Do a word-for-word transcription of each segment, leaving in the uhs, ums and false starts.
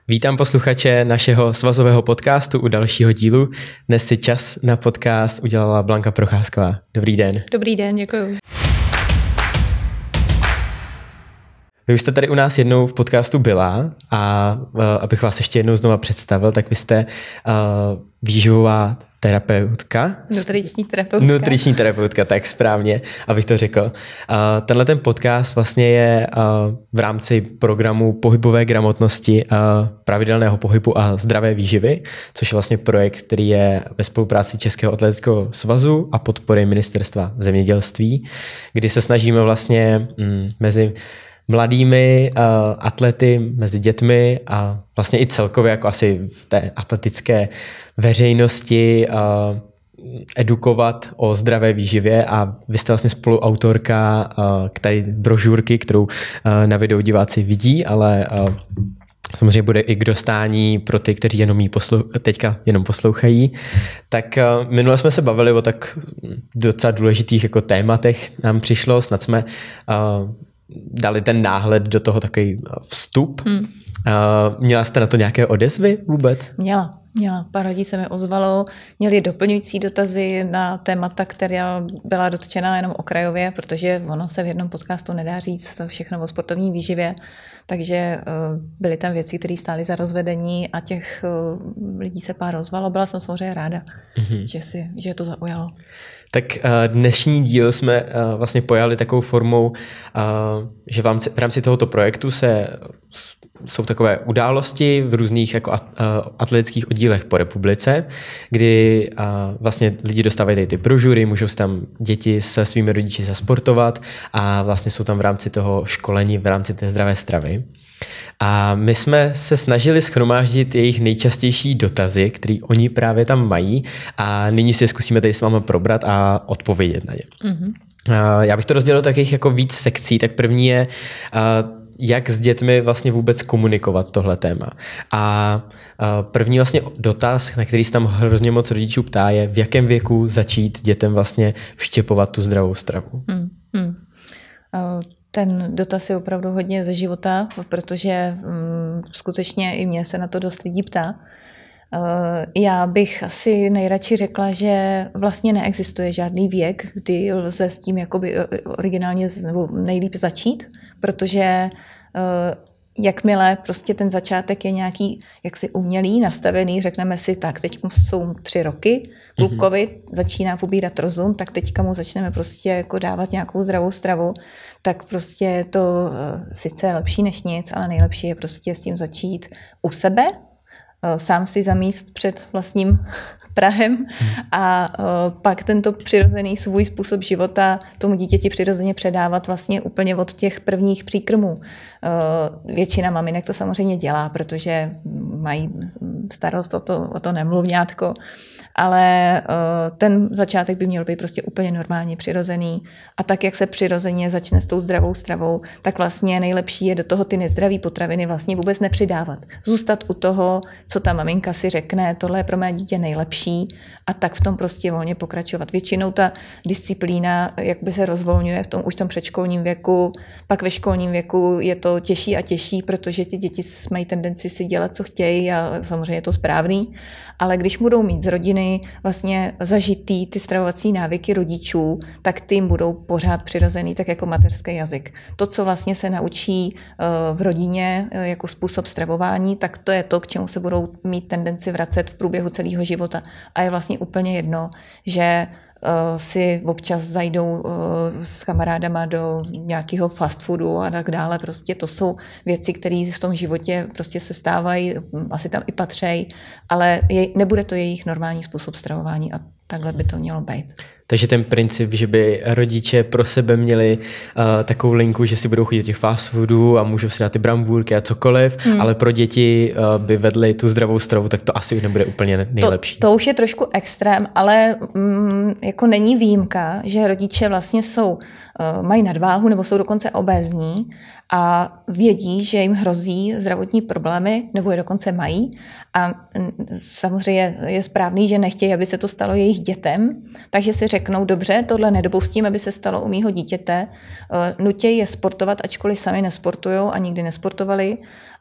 Vítám posluchače našeho svazového podcastu u dalšího dílu. Dnes si čas na podcast udělala Blanka Procházková. Dobrý den. Dobrý den, děkuji. Vy už jste tady u nás jednou v podcastu byla a uh, abych vás ještě jednou znova představil, tak vy jste uh, výživová terapeutka. Nutriční terapeutka. Nutriční terapeutka, tak správně, abych to řekl. Uh, tenhle ten podcast vlastně je uh, v rámci programu pohybové gramotnosti, uh, pravidelného pohybu a zdravé výživy, což je vlastně projekt, který je ve spolupráci Českého atletického svazu a podpory Ministerstva zemědělství, kdy se snažíme vlastně mm, mezi mladými uh, atlety, mezi dětmi a vlastně i celkově jako asi v té atletické veřejnosti uh, edukovat o zdravé výživě a vy jste vlastně spoluautorka uh, k tady brožurky, kterou uh, na videu diváci vidí, ale uh, samozřejmě bude i k dostání pro ty, kteří jenom jí poslou- teďka jenom poslouchají. Tak uh, minule jsme se bavili o tak docela důležitých jako tématech nám přišlo, snad jsme uh, dali ten náhled do toho takový vstup. Hmm. Uh, měla jste na to nějaké odezvy vůbec? Měla, měla. Pár lidí se mi ozvalo, měli doplňující dotazy na témata, která byla dotčená jenom okrajově, protože ono se v jednom podcastu nedá říct to všechno o sportovní výživě, takže uh, byly tam věci, které stály za rozvedení a těch uh, lidí se pár ozvalo. Byla jsem samozřejmě ráda, mm-hmm. že, si, že to zaujalo. Tak dnešní díl jsme vlastně pojali takovou formou, že v rámci, v rámci tohoto projektu se jsou takové události v různých jako atletických oddílech po republice, kdy vlastně lidi dostávají ty brožury, můžou si tam děti se svými rodiči zasportovat a vlastně jsou tam v rámci toho školení, v rámci té zdravé stravy. A my jsme se snažili shromáždit jejich nejčastější dotazy, které oni právě tam mají a nyní si je zkusíme tady s vámi probrat a odpovědět na ně. Mm-hmm. Já bych to rozdělil takových jako víc sekcí, tak první je, jak s dětmi vlastně vůbec komunikovat tohle téma. A první vlastně dotaz, na který se tam hrozně moc rodičů ptá, je, v jakém věku začít dětem vlastně vštěpovat tu zdravou stravu. Mm, mm. Uh... Ten dotaz je opravdu hodně ze života, protože um, skutečně i mě se na to dost lidí ptá. Uh, já bych asi nejradši řekla, že vlastně neexistuje žádný věk, kdy lze s tím jakoby originálně nebo nejlíp začít, protože uh, jakmile prostě ten začátek je nějaký jaksi umělý, nastavený, řekneme si tak, teď jsou tři roky, klukovi mm-hmm. začíná pobírat rozum, tak teďka mu začneme prostě jako dávat nějakou zdravou stravu, tak prostě je to uh, sice lepší než nic, ale nejlepší je prostě s tím začít u sebe, uh, sám si zamíst před vlastním prahem a uh, pak tento přirozený svůj způsob života tomu dítěti přirozeně předávat vlastně úplně od těch prvních příkrmů. Uh, většina maminek to samozřejmě dělá, protože mají starost o to, o to nemluvňátko, ale uh, ten začátek by měl být prostě úplně normálně přirozený a tak, jak se přirozeně začne s tou zdravou stravou, tak vlastně nejlepší je do toho ty nezdravé potraviny vlastně vůbec nepřidávat. Zůstat u toho, co ta maminka si řekne, tohle je pro mé dítě nejlepší a tak v tom prostě volně pokračovat. Většinou ta disciplína jakby se rozvolňuje v tom už tom předškolním věku, pak ve školním věku je to těžší a těžší, protože ty děti mají tendenci si dělat, co chtějí a samozřejmě je to správný, ale když budou mít z rodiny vlastně zažitý ty stravovací návyky rodičů, tak ty jim budou pořád přirozený, tak jako mateřský jazyk. To, co vlastně se naučí v rodině jako způsob stravování, tak to je to, k čemu se budou mít tendenci vracet v průběhu celého života. A je vlastně úplně jedno, že si občas zajdou s kamarádama do nějakého fast foodu a tak dále. Prostě to jsou věci, které v tom životě prostě se stávají, asi tam i patřejí, ale je, nebude to jejich normální způsob stravování a takhle by to mělo být. Takže ten princip, že by rodiče pro sebe měli uh, takovou linku, že si budou chodit do těch fast foodů a můžou si dát ty brambůrky a cokoliv, hmm. ale pro děti uh, by vedli tu zdravou stravu, tak to asi nebude úplně nejlepší. To, to už je trošku extrém, ale mm, jako není výjimka, že rodiče vlastně jsou, uh, mají nadváhu nebo jsou dokonce obézní a vědí, že jim hrozí zdravotní problémy, nebo je dokonce mají. A samozřejmě je správný, že nechtějí, aby se to stalo jejich dětem, takže si řeknou, dobře, tohle nedopustím, aby se stalo u mýho dítěte. Nutějí je sportovat, ačkoliv sami nesportujou a nikdy nesportovali.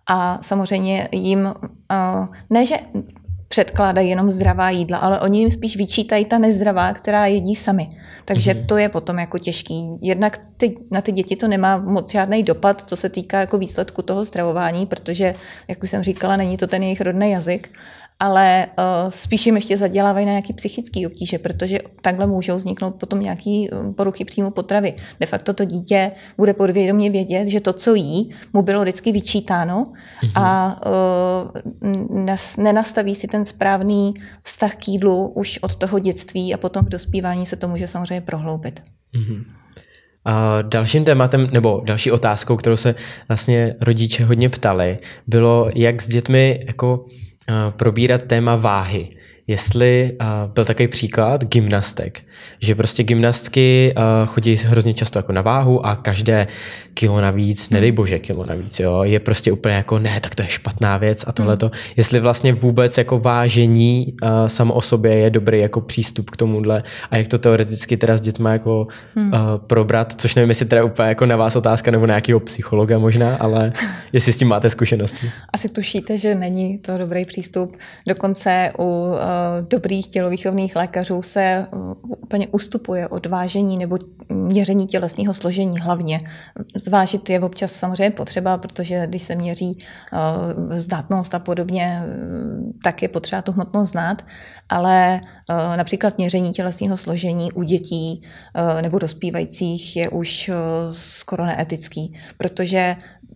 a samozřejmě jim, ne že předkládají jenom zdravá jídla, ale oni jim spíš vyčítají ta nezdravá, která jedí sami. Takže mm-hmm. to je potom jako těžký. Jednak ty, na ty děti to nemá moc žádný dopad, co se týká jako výsledku toho stravování, protože, jak už jsem říkala, není to ten jejich rodný jazyk, ale uh, spíš jim ještě zadělávají na nějaké psychické obtíže, protože takhle můžou vzniknout potom nějaké poruchy příjmu potravy. De facto to dítě bude podvědomě vědět, že to, co jí, mu bylo vždycky vyčítáno mm-hmm. a uh, nas, nenastaví si ten správný vztah k jídlu už od toho dětství a potom v dospívání se to může samozřejmě prohloubit. Mm-hmm. A dalším tématem, nebo další otázkou, kterou se vlastně rodiče hodně ptali, bylo, jak s dětmi jako probírat téma váhy. Jestli uh, byl takový příklad gymnastek, že prostě gymnastky uh, chodí hrozně často jako na váhu a každé kilo navíc, nedej bože kilo navíc, jo, je prostě úplně jako ne, tak to je špatná věc a tohleto. Jestli vlastně vůbec jako vážení uh, samo o sobě je dobrý jako přístup k tomuhle a jak to teoreticky teda s dětma jako hmm. uh, probrat, což nevím, jestli teda úplně jako na vás otázka nebo na nějakého psychologa možná, ale jestli s tím máte zkušenosti. Asi tušíte, že není to dobrý přístup. Dokonce u uh, dobrých tělovýchovných lékařů se úplně ustupuje od vážení nebo měření tělesného složení hlavně. Zvážit je občas samozřejmě potřeba, protože když se měří zdatnost a podobně, tak je potřeba tu hmotnost znát, ale například měření tělesného složení u dětí nebo dospívajících je už skoro neetický, protože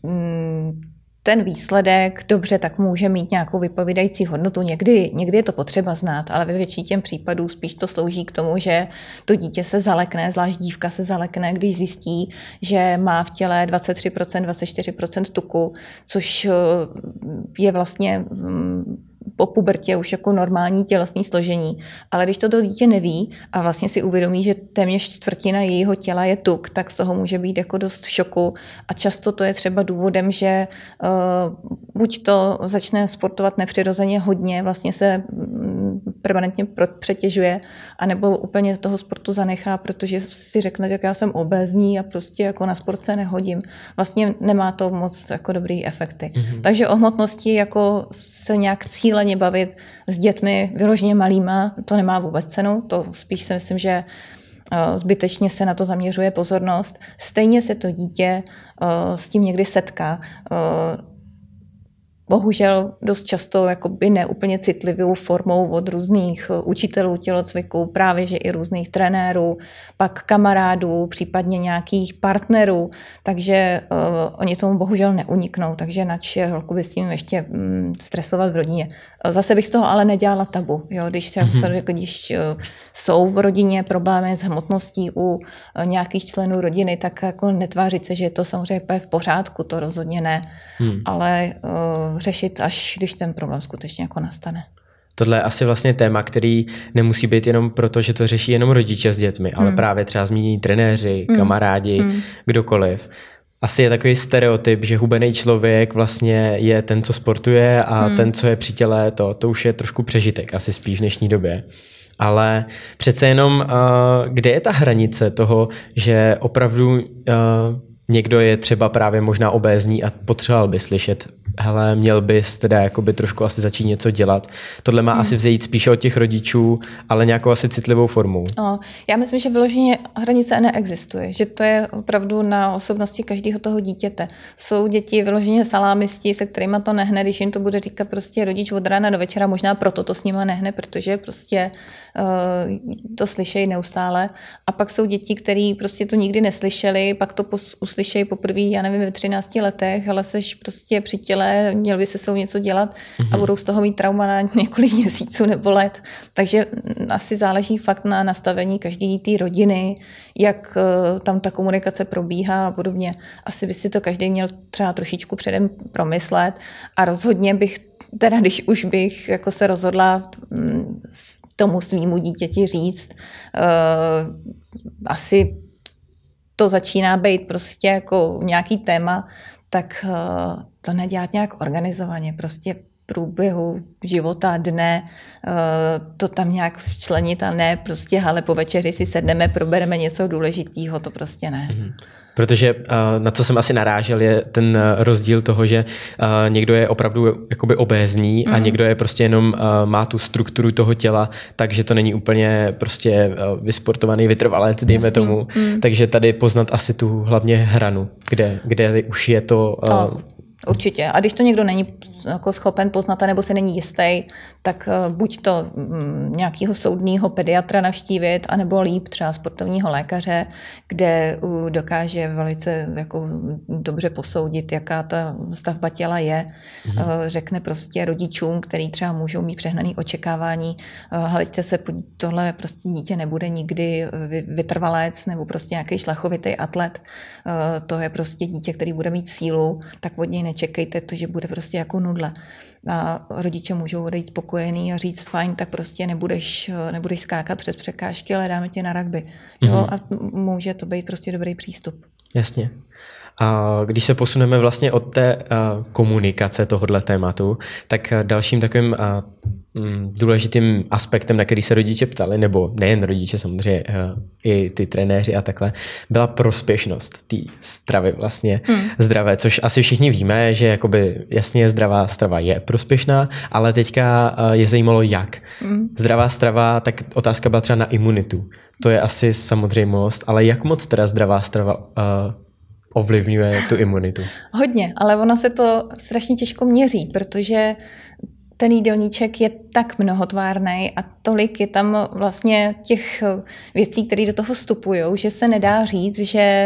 ten výsledek, dobře, tak může mít nějakou vypovídající hodnotu. Někdy, někdy je to potřeba znát, ale ve většině těm případů spíš to slouží k tomu, že to dítě se zalekne, zvlášť dívka se zalekne, když zjistí, že má v těle dvacet tři procent, dvacet čtyři procent tuku, což je vlastně po pubertě už jako normální tělesné složení. Ale když to dítě neví a vlastně si uvědomí, že téměř čtvrtina jejího těla je tuk, tak z toho může být jako dost v šoku a často to je třeba důvodem, že uh, buď to začne sportovat nepřirozeně hodně, vlastně se um, permanentně přetěžuje, anebo úplně toho sportu zanechá, protože si řekne, že já jsem obézní a prostě jako na sport se nehodím. Vlastně nemá to moc jako dobrý efekty. Mm-hmm. Takže o hmotnosti jako se nějak cíleně bavit s dětmi vyloženě malýma, to nemá vůbec cenu, to spíš si myslím, že zbytečně se na to zaměřuje pozornost. Stejně se to dítě s tím někdy setká. Bohužel dost často jakoby neúplně citlivou formou od různých učitelů tělocviku, právě že i různých trenérů, pak kamarádů, případně nějakých partnerů, takže uh, oni tomu bohužel neuniknou, takže nač je holku by s tím ještě um, stresovat v rodině. Zase bych z toho ale nedělala tabu, jo? Když, se, mm-hmm. když uh, jsou v rodině problémy s hmotností u uh, nějakých členů rodiny, tak jako netvářit se, že je to samozřejmě v pořádku, to rozhodně ne, hmm. ale uh, řešit, až když ten problém skutečně jako nastane. Tohle je asi vlastně téma, který nemusí být jenom proto, že to řeší jenom rodiče s dětmi, ale hmm. právě třeba zmíní trenéři, hmm. kamarádi, hmm. kdokoliv. Asi je takový stereotyp, že hubený člověk vlastně je ten, co sportuje a hmm. ten, co je při těle, to, to už je trošku přežitek, asi spíš v dnešní době. Ale přece jenom, uh, kde je ta hranice toho, že opravdu uh, někdo je třeba právě možná obézní a potřeboval by slyšet, hele, měl bys teda jakoby trošku asi začít něco dělat. Tohle má hmm. asi vzejít spíše od těch rodičů, ale nějakou asi citlivou formou. O, já myslím, že vyloženě hranice neexistuje, že to je opravdu na osobnosti každého toho dítěte. Jsou děti vyloženě salámisti, se kterými to nehne, když jim to bude říkat prostě rodič od rána do večera, možná proto to s nima nehne, protože prostě uh, to slyšejí neustále. A pak jsou děti, které prostě to nikdy neslyšeli, pak to pos- uslyšejí poprvé, já nevím, ve třinácti letech, ale seš prostě při těle, měl by se svou něco dělat mm-hmm. a budou z toho mít trauma na několik měsíců nebo let. Takže asi záleží fakt na nastavení každé té rodiny, jak tam ta komunikace probíhá a podobně. Asi by si to každý měl třeba trošičku předem promyslet a rozhodně bych, teda když už bych jako se rozhodla tomu svýmu dítěti říct, uh, asi to začíná být prostě jako nějaký téma, tak uh, to nedělat nějak organizovaně, prostě v průběhu života, dne, uh, to tam nějak včlenit a ne prostě, ale po večeři si sedneme, probereme něco důležitého, to prostě ne. Mm-hmm. Protože na co jsem asi narážel, je ten rozdíl toho, že někdo je opravdu jakoby obézní mm. a někdo je prostě jenom má tu strukturu toho těla, takže to není úplně prostě vysportovaný vytrvalec, dejme Jasný. tomu. Mm. Takže tady poznat asi tu hlavně hranu, kde, kde už je to... to. Určitě. A když to někdo není jako schopen poznat, nebo se není jistý, tak buď to nějakého soudního pediatra navštívit, anebo líp třeba sportovního lékaře, kde dokáže velice jako dobře posoudit, jaká ta stavba těla je. Mhm. Řekne prostě rodičům, který třeba můžou mít přehnané očekávání, hleďte se, tohle prostě dítě nebude nikdy vytrvalec nebo prostě nějaký šlachovitý atlet. To je prostě dítě, který bude mít sílu, tak od něj nečekejte to, že bude prostě jako nudle. A rodiče můžou odejít spokojený a říct fajn, tak prostě nebudeš, nebudeš skákat přes překážky, ale dáme tě na rugby. Jo? Mm-hmm. A může to být prostě dobrý přístup. Jasně. A když se posuneme vlastně od té uh, komunikace tohohle tématu, tak dalším takovým uh, um, důležitým aspektem, na který se rodiče ptali, nebo nejen rodiče, samozřejmě uh, i ty trenéři a takhle, byla prospěšnost té stravy vlastně hmm. zdravé, což asi všichni víme, že jakoby jasně zdravá strava je prospěšná, ale teďka uh, je zajímalo jak. Hmm. Zdravá strava, tak otázka byla třeba na imunitu. To je asi samozřejmost, ale jak moc teda zdravá strava uh, ovlivňuje tu imunitu? Hodně, ale ono se to strašně těžko měří, protože ten jídelníček je tak mnohotvárný a tolik je tam vlastně těch věcí, které do toho vstupují, že se nedá říct, že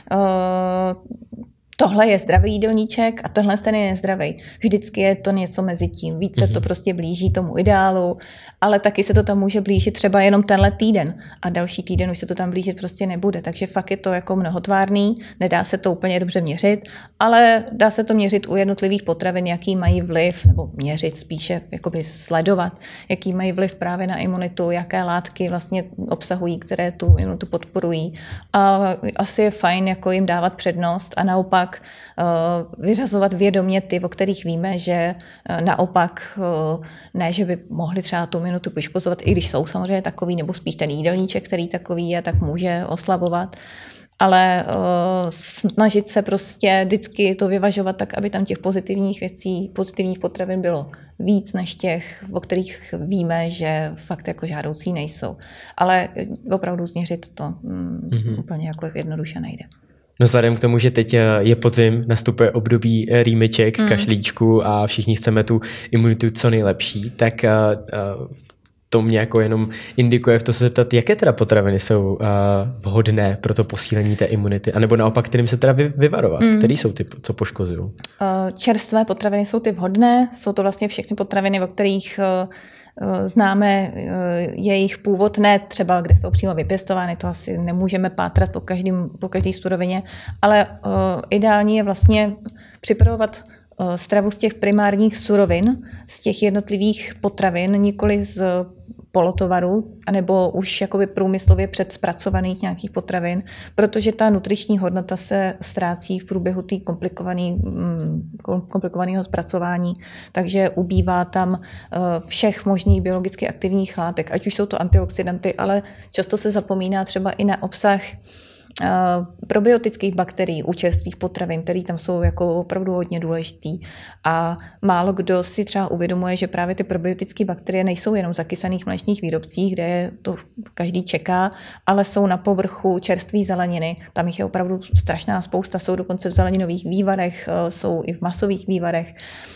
uh, tohle je zdravý jídelníček a tohle ten je nezdravý. Vždycky je to něco mezi tím. Více mm-hmm. to prostě blíží tomu ideálu, ale taky se to tam může blížit třeba jenom tenhle týden a další týden už se to tam blížit prostě nebude. Takže fakt je to jako mnohotvárný, nedá se to úplně dobře měřit, ale dá se to měřit u jednotlivých potravin, jaký mají vliv, nebo měřit spíše, jakoby sledovat, jaký mají vliv právě na imunitu, jaké látky vlastně obsahují, které tu imunitu podporují. A asi je fajn jako jim dávat přednost a naopak vyřazovat vědomě ty, o kterých víme, že naopak ne, že by mohli třeba tu imunitu poškozovat, i když jsou samozřejmě takový, nebo spíš ten jídelníček, který takový je, tak může oslabovat. Ale snažit se prostě vždycky to vyvažovat tak, aby tam těch pozitivních věcí, pozitivních potravin bylo víc než těch, o kterých víme, že fakt jako žádoucí nejsou. Ale opravdu změřit to mm-hmm. úplně jako jednoduše nejde. No vzhledem k tomu, že teď je podzim, nastupuje období rýmiček, mm. kašlíčku a všichni chceme tu imunitu co nejlepší, tak uh, to mě jako jenom indikuje v to se zeptat, jaké teda potraviny jsou uh, vhodné pro to posílení té imunity, anebo naopak, kterým se teda vy, vyvarovat, mm. který jsou ty, co poškozují? Uh, čerstvé potraviny jsou ty vhodné, jsou to vlastně všechny potraviny, o kterých uh, známe jejich původ, ne třeba, kde jsou přímo vypěstovány, to asi nemůžeme pátrat po, každým, po každé surovině, ale uh, ideální je vlastně připravovat uh, stravu z těch primárních surovin, z těch jednotlivých potravin, nikoli z polotovaru, anebo už jakoby průmyslově předzpracovaných nějakých potravin, protože ta nutriční hodnota se ztrácí v průběhu té komplikovaného zpracování, takže ubývá tam všech možných biologicky aktivních látek, ať už jsou to antioxidanty, ale často se zapomíná třeba i na obsah probiotických bakterií u čerstvých potravin, které tam jsou jako opravdu hodně důležitý. A málo kdo si třeba uvědomuje, že právě ty probiotické bakterie nejsou jenom v zakysaných mléčných výrobcích, kde to každý čeká, ale jsou na povrchu čerstvé zeleniny. Tam jich je opravdu strašná spousta, jsou dokonce v zeleninových vývarech, jsou i v masových vývarech.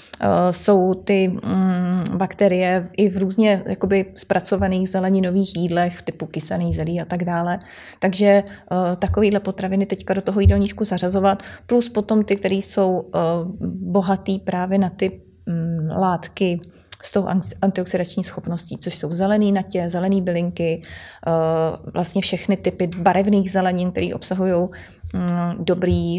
Jsou ty mm, bakterie i v různě jakoby zpracovaných zeleninových jídlech, typu kysaný zelí a tak dále. Takže uh, takovýhle potraviny teďka do toho jídelníčku zařazovat, plus potom ty, které jsou uh, bohatý právě na ty um, látky s tou antioxidační schopností, což jsou zelený natě, zelený bylinky, uh, vlastně všechny typy barevných zelenin, které obsahují dobrý,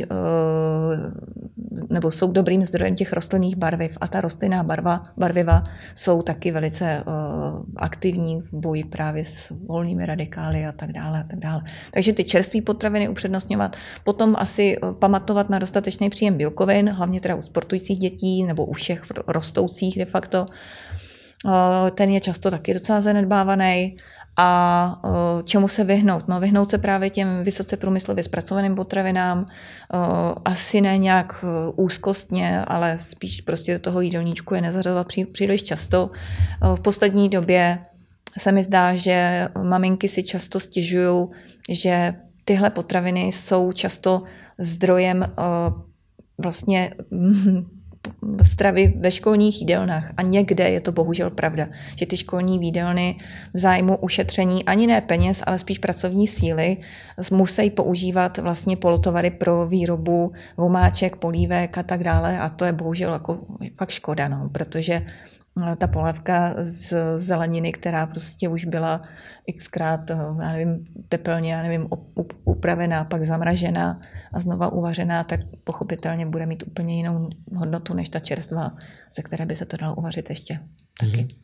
nebo jsou dobrým zdrojem těch rostlinných barviv a ta rostlinná barva, barviva jsou taky velice aktivní v boji právě s volnými radikály a tak dále a tak dále. Takže ty čerstvé potraviny upřednostňovat, potom asi pamatovat na dostatečný příjem bílkovin, hlavně teda u sportujících dětí nebo u všech rostoucích de facto. Ten je často taky docela zanedbávaný. A čemu se vyhnout? No, vyhnout se právě těm vysoce průmyslově zpracovaným potravinám, asi ne nějak úzkostně, ale spíš prostě do toho jídelníčku je nezařazovat pří, příliš často. V poslední době se mi zdá, že maminky si často stěžují, že tyhle potraviny jsou často zdrojem vlastně stravy ve školních jídelnách. A někde je to bohužel pravda, že ty školní jídelny v zájmu ušetření ani ne peněz, ale spíš pracovní síly musí používat vlastně polotovary pro výrobu vomáček, polívek a tak dále. A to je bohužel jako fakt škoda, no, protože ta polévka z zeleniny, která prostě už byla xkrát, já nevím, tepelně, já nevím, upravená, pak zamražená a znova uvařená, tak pochopitelně bude mít úplně jinou hodnotu než ta čerstvá, ze které by se to dalo uvařit ještě taky. Mm.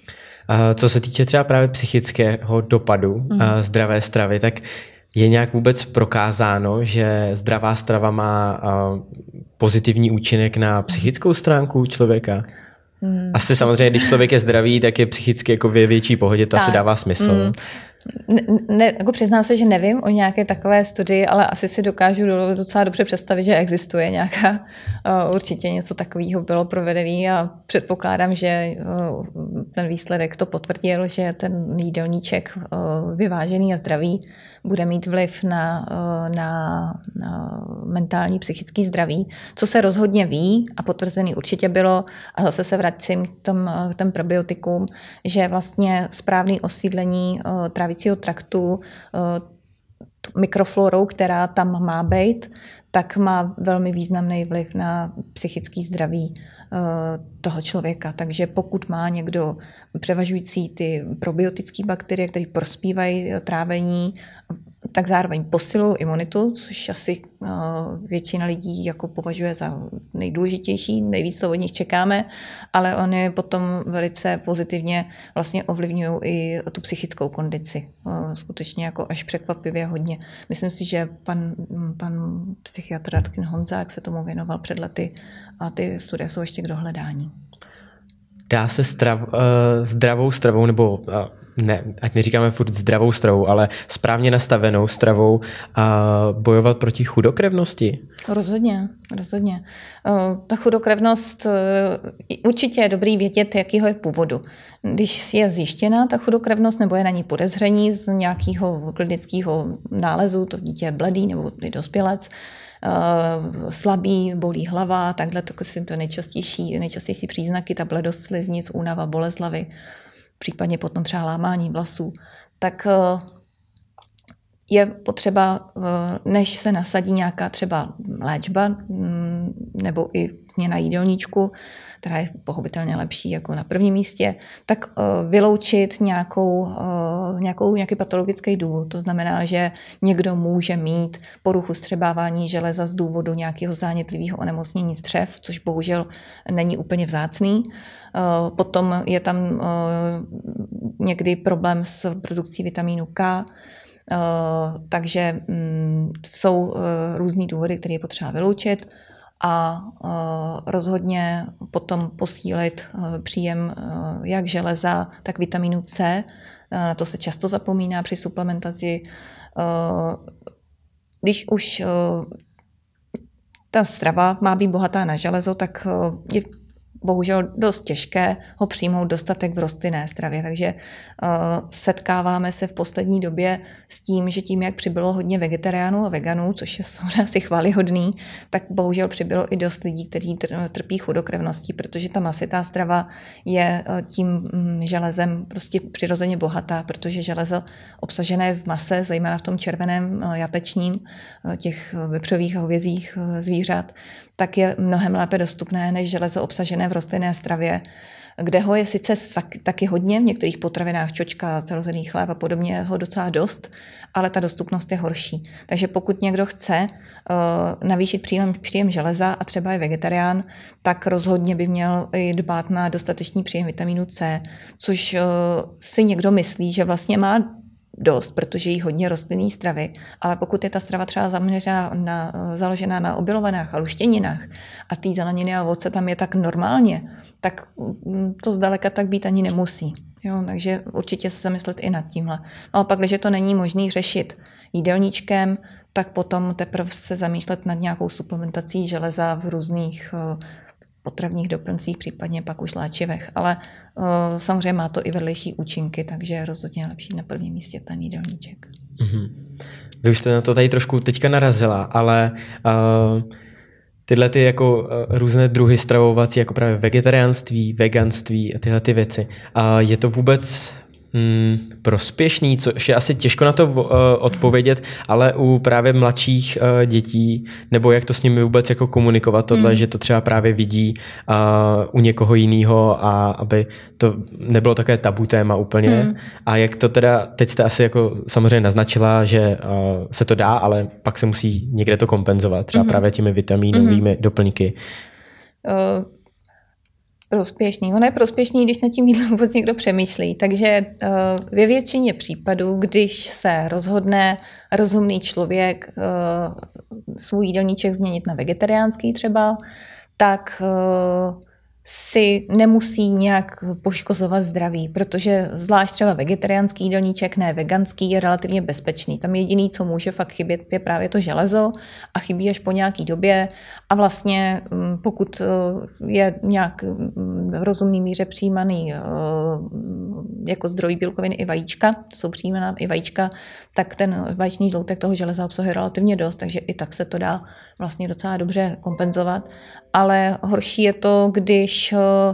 A co se týče třeba právě psychického dopadu mm. zdravé stravy, tak je nějak vůbec prokázáno, že zdravá strava má pozitivní účinek na psychickou stránku člověka? Hmm. Asi samozřejmě, když člověk je zdravý, tak je psychicky jako ve větší pohodě, to tak. Asi dává smysl. Hmm. Ne, ne, jako přiznám se, že nevím o nějaké takové studii, ale asi si dokážu docela dobře představit, že existuje nějaká, uh, určitě něco takového bylo provedené a předpokládám, že uh, ten výsledek to potvrdil, že ten jídelníček uh, vyvážený a zdravý bude mít vliv na, na, na mentální, psychický zdraví. Co se rozhodně ví a potvrzený určitě bylo, a zase se vracím k tom, k tom probiotikům, že vlastně správné osídlení trávicího traktu mikroflorou, která tam má být, tak má velmi významný vliv na psychický zdraví toho člověka. Takže pokud má někdo převažující ty probiotické bakterie, které prospívají trávení, tak zároveň posilují imunitu, což asi většina lidí jako považuje za nejdůležitější, nejvíc to od nich čekáme, ale oni potom velice pozitivně vlastně ovlivňují i tu psychickou kondici. Skutečně jako až překvapivě hodně. Myslím si, že pan, pan psychiatr Radkin Honzák se tomu věnoval před lety a ty studie jsou ještě k dohledání. Dá se strav, uh, zdravou stravou, nebo uh, ne, ať neříkáme furt zdravou stravou, ale správně nastavenou stravou uh, bojovat proti chudokrevnosti? Rozhodně, rozhodně. Uh, ta chudokrevnost uh, určitě je dobrý vědět, jakýho je původu. Když je zjištěna ta chudokrevnost nebo je na ní podezření z nějakého klinického nálezu, to dítě je bledý nebo je dospělec, Uh, slabý, bolí hlava, takhle to jsou to nejčastější, nejčastější příznaky, ta bledost sliznic, únava, bolest hlavy, případně potom třeba lámání vlasů, tak uh, je potřeba, uh, než se nasadí nějaká třeba léčba um, nebo i na jídelníčku, která je pochopitelně lepší jako na prvním místě, tak uh, vyloučit nějakou, uh, nějakou, nějaký patologický důvod. To znamená, že někdo může mít poruchu vstřebávání železa z důvodu nějakého zánětlivého onemocnění střev, což bohužel není úplně vzácný. Uh, potom je tam uh, někdy problém s produkcí vitamínu K, uh, takže um, jsou uh, různý důvody, které je potřeba vyloučit. A uh, rozhodně potom posílit uh, příjem uh, jak železa, tak vitamínu C. Uh, na to se často zapomíná při suplementaci. Uh, když už uh, ta strava má být bohatá na železo, tak uh, je bohužel dost těžké ho přijmout dostatek v rostlinné stravě. Takže uh, setkáváme se v poslední době s tím, že tím, jak přibylo hodně vegetariánů a veganů, což je samozřejmě asi chvályhodný, tak bohužel přibylo i dost lidí, kteří trpí chudokrevností, protože ta masitá strava je tím mm, železem prostě přirozeně bohatá, protože železo obsažené v mase, zejména v tom červeném jatečním, těch vepřových a hovězích zvířat, tak je mnohem lépe dostupné než železo obsažené v rostlinné stravě, kde ho je sice taky hodně, v některých potravinách čočka, celozenný chléb a podobně ho docela dost, ale ta dostupnost je horší. Takže pokud někdo chce uh, navýšit příjem, příjem železa a třeba je vegetarián, tak rozhodně by měl i dbát na dostatečný příjem vitamínu C, což uh, si někdo myslí, že vlastně má dost, protože jí hodně rostlinný stravy, ale pokud je ta strava třeba zaměřená na, založená na obilovinách a luštěninách a té zeleniny a ovoce tam je tak normálně, tak to zdaleka tak být ani nemusí. Jo, takže určitě se zamyslet i nad tímhle. No a pak, když to není možný řešit jídelníčkem, tak potom teprve se zamýšlet nad nějakou suplementací železa v různých potravních doplňcích, případně pak už léčivech. Ale uh, samozřejmě má to i vedlejší účinky, takže je rozhodně lepší na prvním místě ten jídelníček. Mm-hmm. Vy už jste na to tady trošku teďka narazila, ale uh, tyhle ty jako uh, různé druhy stravovací, jako právě vegetariánství, veganství a tyhle ty věci, uh, je to vůbec Hmm, prospěšný, což je asi těžko na to uh, odpovědět, ale u právě mladších uh, dětí, nebo jak to s nimi vůbec jako komunikovat tohle, hmm. že to třeba právě vidí uh, u někoho jiného a aby to nebylo takové tabu téma úplně. Hmm. A jak to teda, teď jste asi jako samozřejmě naznačila, že uh, se to dá, ale pak se musí někde to kompenzovat, třeba hmm. právě těmi vitaminovými hmm. doplňky. Uh. Prospěšný. Ono je prospěšný, když nad tím jídlem vůbec někdo přemýšlí. Takže uh, ve většině případů, když se rozhodne rozumný člověk uh, svůj jídelníček změnit na vegetariánský třeba, tak uh, si nemusí nějak poškozovat zdraví, protože zvlášť třeba vegetariánský jídelníček, ne veganský, je relativně bezpečný. Tam jediný, co může fakt chybět, je právě to železo a chybí až po nějaký době a vlastně pokud je nějak v rozumný míře přijímaný jako zdroj bílkovin i vajíčka, jsou přijímaná i vajíčka, tak ten vajíčný žloutek toho železa obsahuje relativně dost, takže i tak se to dá vlastně docela dobře kompenzovat. Ale horší je to, když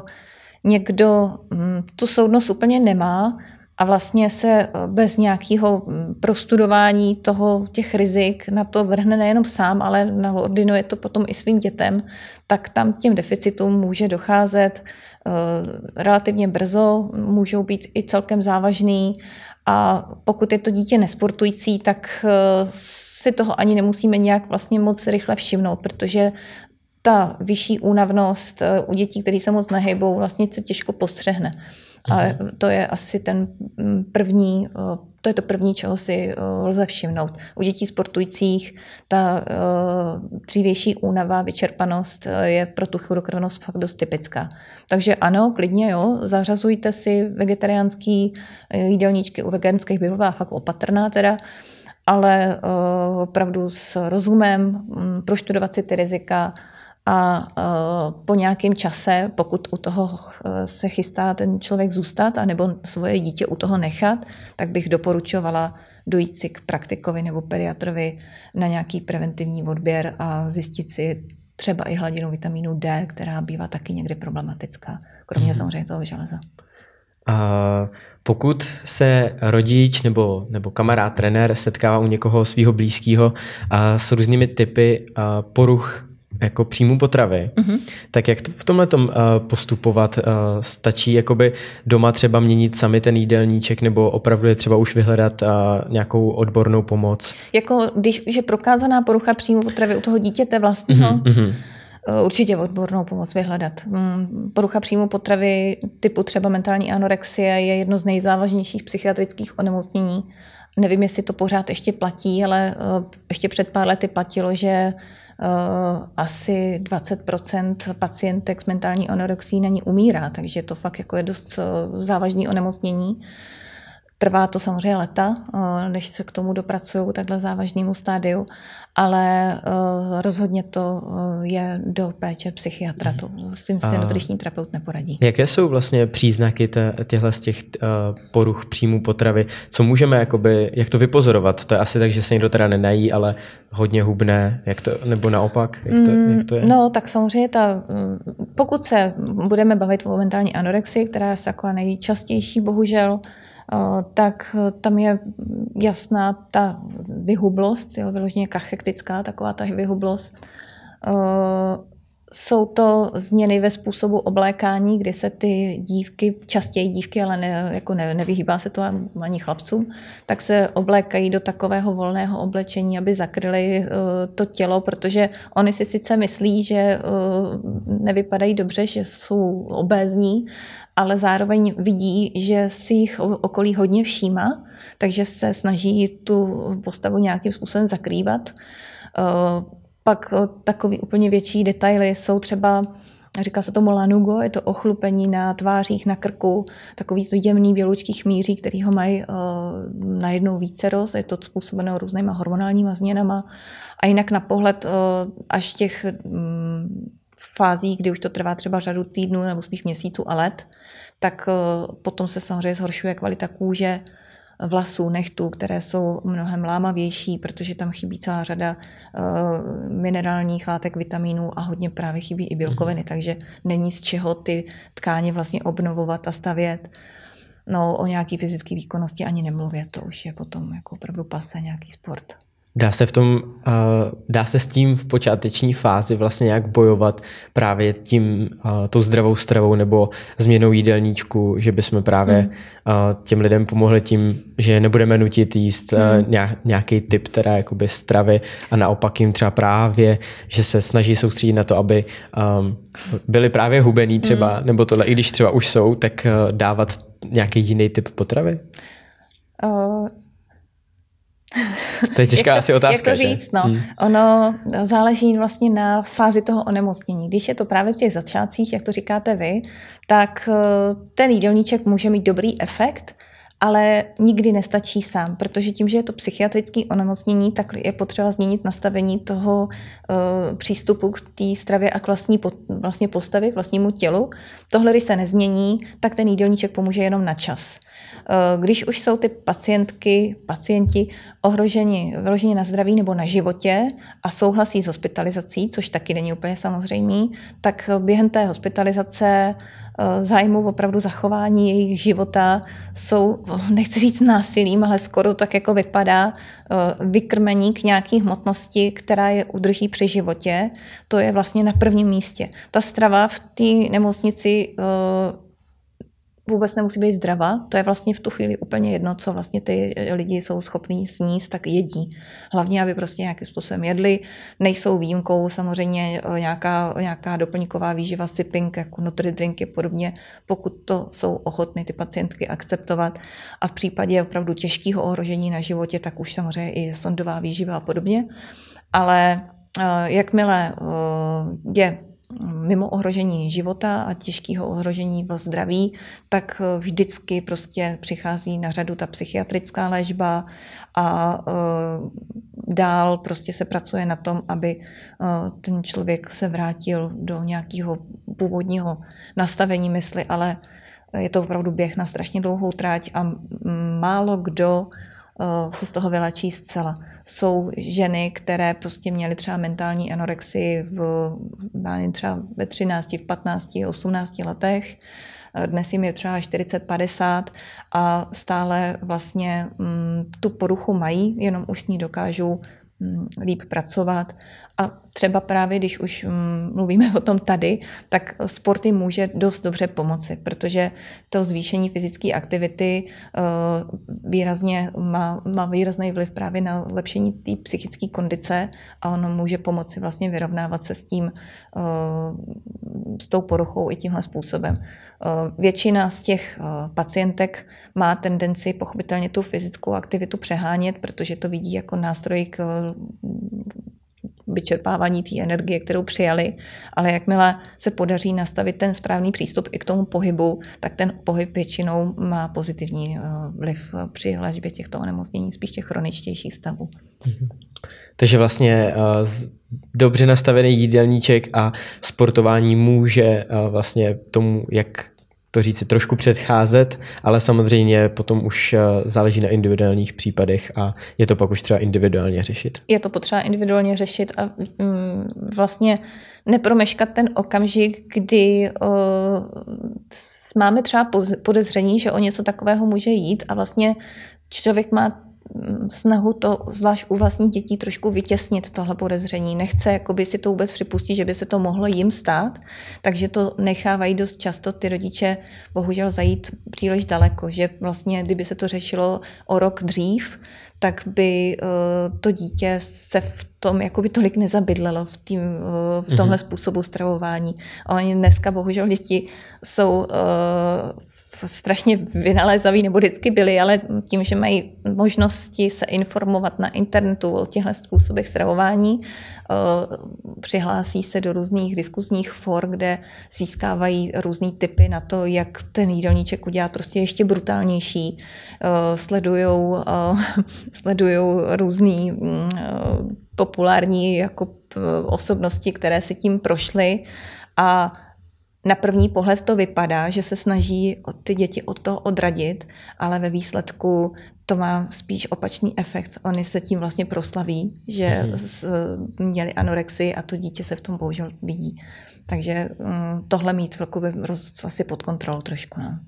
někdo tu soudnost úplně nemá a vlastně se bez nějakého prostudování toho, těch rizik na to vrhne nejenom sám, ale naordinuje to potom i svým dětem, tak tam těm deficitům může docházet relativně brzo, můžou být i celkem závažný a pokud je to dítě nesportující, tak si toho ani nemusíme nějak vlastně moc rychle všimnout, protože ta vyšší únavnost u dětí, které se moc nehejbou, vlastně se těžko postřehne. A to je asi ten první, to je to první, čeho si lze všimnout. U dětí sportujících ta dřívější únava, vyčerpanost je pro tu chudokrevnost fakt dost typická. Takže ano, klidně jo, zařazujte si vegetariánský jídelníčky, u veganských bych byla fakt opatrná teda, ale opravdu s rozumem, proštudovat si ty rizika, a po nějakém čase, pokud u toho se chystá ten člověk zůstat anebo svoje dítě u toho nechat, tak bych doporučovala dojít si k praktikovi nebo pediatrovi na nějaký preventivní odběr a zjistit si třeba i hladinu vitamínu D, která bývá taky někdy problematická, kromě mm-hmm. samozřejmě toho železa. A pokud se rodič nebo, nebo kamarád, trenér setkává u někoho svého blízkého a s různými typy poruch jako příjmu potravy, mm-hmm. tak jak to v tomhle tom uh, postupovat? Uh, stačí jakoby doma třeba měnit sami ten jídelníček nebo opravdu je třeba už vyhledat uh, nějakou odbornou pomoc? Jako když už je prokázaná porucha příjmu potravy u toho dítěte vlastního, mm-hmm. určitě odbornou pomoc vyhledat. Porucha příjmu potravy typu třeba mentální anorexie je jedno z nejzávažnějších psychiatrických onemocnění. Nevím, jestli to pořád ještě platí, ale uh, ještě před pár lety platilo, že Uh, asi dvacet procent pacientek s mentální anorexií na ní umírá, takže to fakt jako je dost uh, závažné onemocnění. Trvá to samozřejmě leta, uh, než se k tomu dopracují takhle závažnému stádiu, ale uh, rozhodně to uh, je do péče psychiatra. To s tím si nutriční terapeut neporadí. Jaké jsou vlastně příznaky těchto z těch uh, poruch příjmu potravy? Co můžeme, jakoby, jak to vypozorovat? To je asi tak, že se někdo teda nenají, ale hodně hubne, jak to, nebo naopak? Jak to, jak to je? No, tak samozřejmě ta, pokud se budeme bavit o mentální anorexii, která je taková nejčastější, bohužel, tak tam je jasná ta vyhublost, jo, vyloženě kachektická, taková ta vyhublost. Jsou to změny ve způsobu oblékání, kdy se ty dívky, častěji dívky, ale ne, jako ne, nevyhýbá se to ani chlapcům, tak se oblékají do takového volného oblečení, aby zakryly uh, to tělo, protože oni si sice myslí, že uh, nevypadají dobře, že jsou obézní, ale zároveň vidí, že si jich okolí hodně všímá, takže se snaží tu postavu nějakým způsobem zakrývat. Uh, Pak takový úplně větší detaily jsou třeba říká se tomu lanugo, je to ochlupení na tvářích, na krku, takový to jemný běloučký chmíří, který ho mají uh, najednou vícero, je to způsobeno různýma hormonálníma změnama. A jinak na pohled uh, až těch um, fází, kdy už to trvá třeba řadu týdnů nebo spíš měsíců a let, tak uh, potom se samozřejmě zhoršuje kvalita kůže, vlasů, nechtů, které jsou mnohem lámavější, protože tam chybí celá řada uh, minerálních látek, vitaminů a hodně právě chybí i bílkoviny, mm. takže není z čeho ty tkáně vlastně obnovovat a stavět. No, o nějaký fyzické výkonnosti ani nemluvě, to už je potom jako opravdu pase, nějaký sport. Dá se v tom, uh, dá se s tím v počáteční fázi vlastně nějak bojovat právě tím, uh, tou zdravou stravou nebo změnou jídelníčku, že bychom právě mm. uh, těm lidem pomohli tím, že nebudeme nutit jíst uh, mm. nějaký typ teda jakoby stravy a naopak jim třeba právě, že se snaží soustředit na to, aby um, byli právě hubený třeba, mm. nebo tohle, i když třeba už jsou, tak uh, dávat nějaký jiný typ potravy? Uh... To je těžká jak to, asi otázka, jak to říct, že? no. Hmm. Ono záleží vlastně na fázi toho onemocnění. Když je to právě v těch začátcích, jak to říkáte vy, tak ten jídelníček může mít dobrý efekt, ale nikdy nestačí sám, protože tím, že je to psychiatrické onemocnění, tak je potřeba změnit nastavení toho uh, přístupu k té stravě a k vlastní po, vlastně postavě, k vlastnímu tělu. Tohle, když se nezmění, tak ten jídelníček pomůže jenom na čas. Když už jsou ty pacientky, pacienti ohroženi vyloženě na zdraví nebo na životě a souhlasí s hospitalizací, což taky není úplně samozřejmý, tak během té hospitalizace v zájmu opravdu zachování jejich života jsou, nechci říct násilím, ale skoro tak jako vypadá, vykrmení k nějaký hmotnosti, která je udrží při životě. To je vlastně na prvním místě. Ta strava v té nemocnici vůbec nemusí být zdravá, to je vlastně v tu chvíli úplně jedno, co vlastně ty lidi jsou schopní sníst, tak jedí. Hlavně, aby prostě nějakým způsobem jedli. Nejsou výjimkou samozřejmě nějaká, nějaká doplňková výživa, sipping, jako Nutri-drinky a podobně, pokud to jsou ochotny ty pacientky akceptovat. A v případě opravdu těžkého ohrožení na životě, tak už samozřejmě i sondová výživa a podobně. Ale jakmile je mimo ohrožení života a těžkého ohrožení v zdraví, tak vždycky prostě přichází na řadu ta psychiatrická léčba a uh, dál prostě se pracuje na tom, aby uh, ten člověk se vrátil do nějakého původního nastavení mysli, ale je to opravdu běh na strašně dlouhou tráť a málo kdo se z toho vyléčí zcela. Jsou ženy, které prostě měly třeba mentální anorexii v, třeba ve třinácti, v patnácti, osmnácti letech. Dnes jim je třeba čtyřicet padesát a stále vlastně m, tu poruchu mají, jenom už s ní dokážou m, líp pracovat. A třeba právě, když už m, mluvíme o tom tady, tak sport jim může dost dobře pomoci, protože to zvýšení fyzické aktivity uh, výrazně má, má výrazný vliv právě na lepšení té psychické kondice a ono může pomoci vlastně vyrovnávat se s tím, uh, s tou poruchou i tímhle způsobem. Uh, většina z těch uh, pacientek má tendenci pochopitelně tu fyzickou aktivitu přehánět, protože to vidí jako nástroj k vyčerpávání té energie, kterou přijali, ale jakmile se podaří nastavit ten správný přístup i k tomu pohybu, tak ten pohyb většinou má pozitivní vliv při léčbě těchto onemocnění, spíš těch chroničtějších stavů. Mhm. Takže vlastně uh, dobře nastavený jídelníček a sportování může uh, vlastně tomu, jak to říci, trošku předcházet, ale samozřejmě potom už záleží na individuálních případech a je to pak už třeba individuálně řešit. Je to potřeba individuálně řešit a mm, vlastně nepromeškat ten okamžik, kdy o, máme třeba podezření, že o něco takového může jít a vlastně člověk má snahu to, zvlášť u vlastních dětí, trošku vytěsnit tohle podezření. Nechce jakoby si to vůbec připustit, že by se to mohlo jim stát, takže to nechávají dost často ty rodiče bohužel zajít příliš daleko, že vlastně, kdyby se to řešilo o rok dřív, tak by uh, to dítě se v tom jakoby tolik nezabydlelo v, tým, uh, v tomhle mm-hmm. způsobu stravování. A oni dneska bohužel děti jsou uh, strašně vynalézaví, nebo vždycky byli, ale tím, že mají možnosti se informovat na internetu o těchto způsobech stravování, přihlásí se do různých diskuzních for, kde získávají různý tipy na to, jak ten jídelníček udělat prostě ještě brutálnější. Sledujou, sledujou různý populární jako osobnosti, které si tím prošly a na první pohled to vypadá, že se snaží ty děti od toho odradit, ale ve výsledku to má spíš opačný efekt. Oni se tím vlastně proslaví, že mm-hmm. měli anorexii a to dítě se v tom bohužel vidí. Takže tohle mít roz, asi pod kontrolou trošku. No.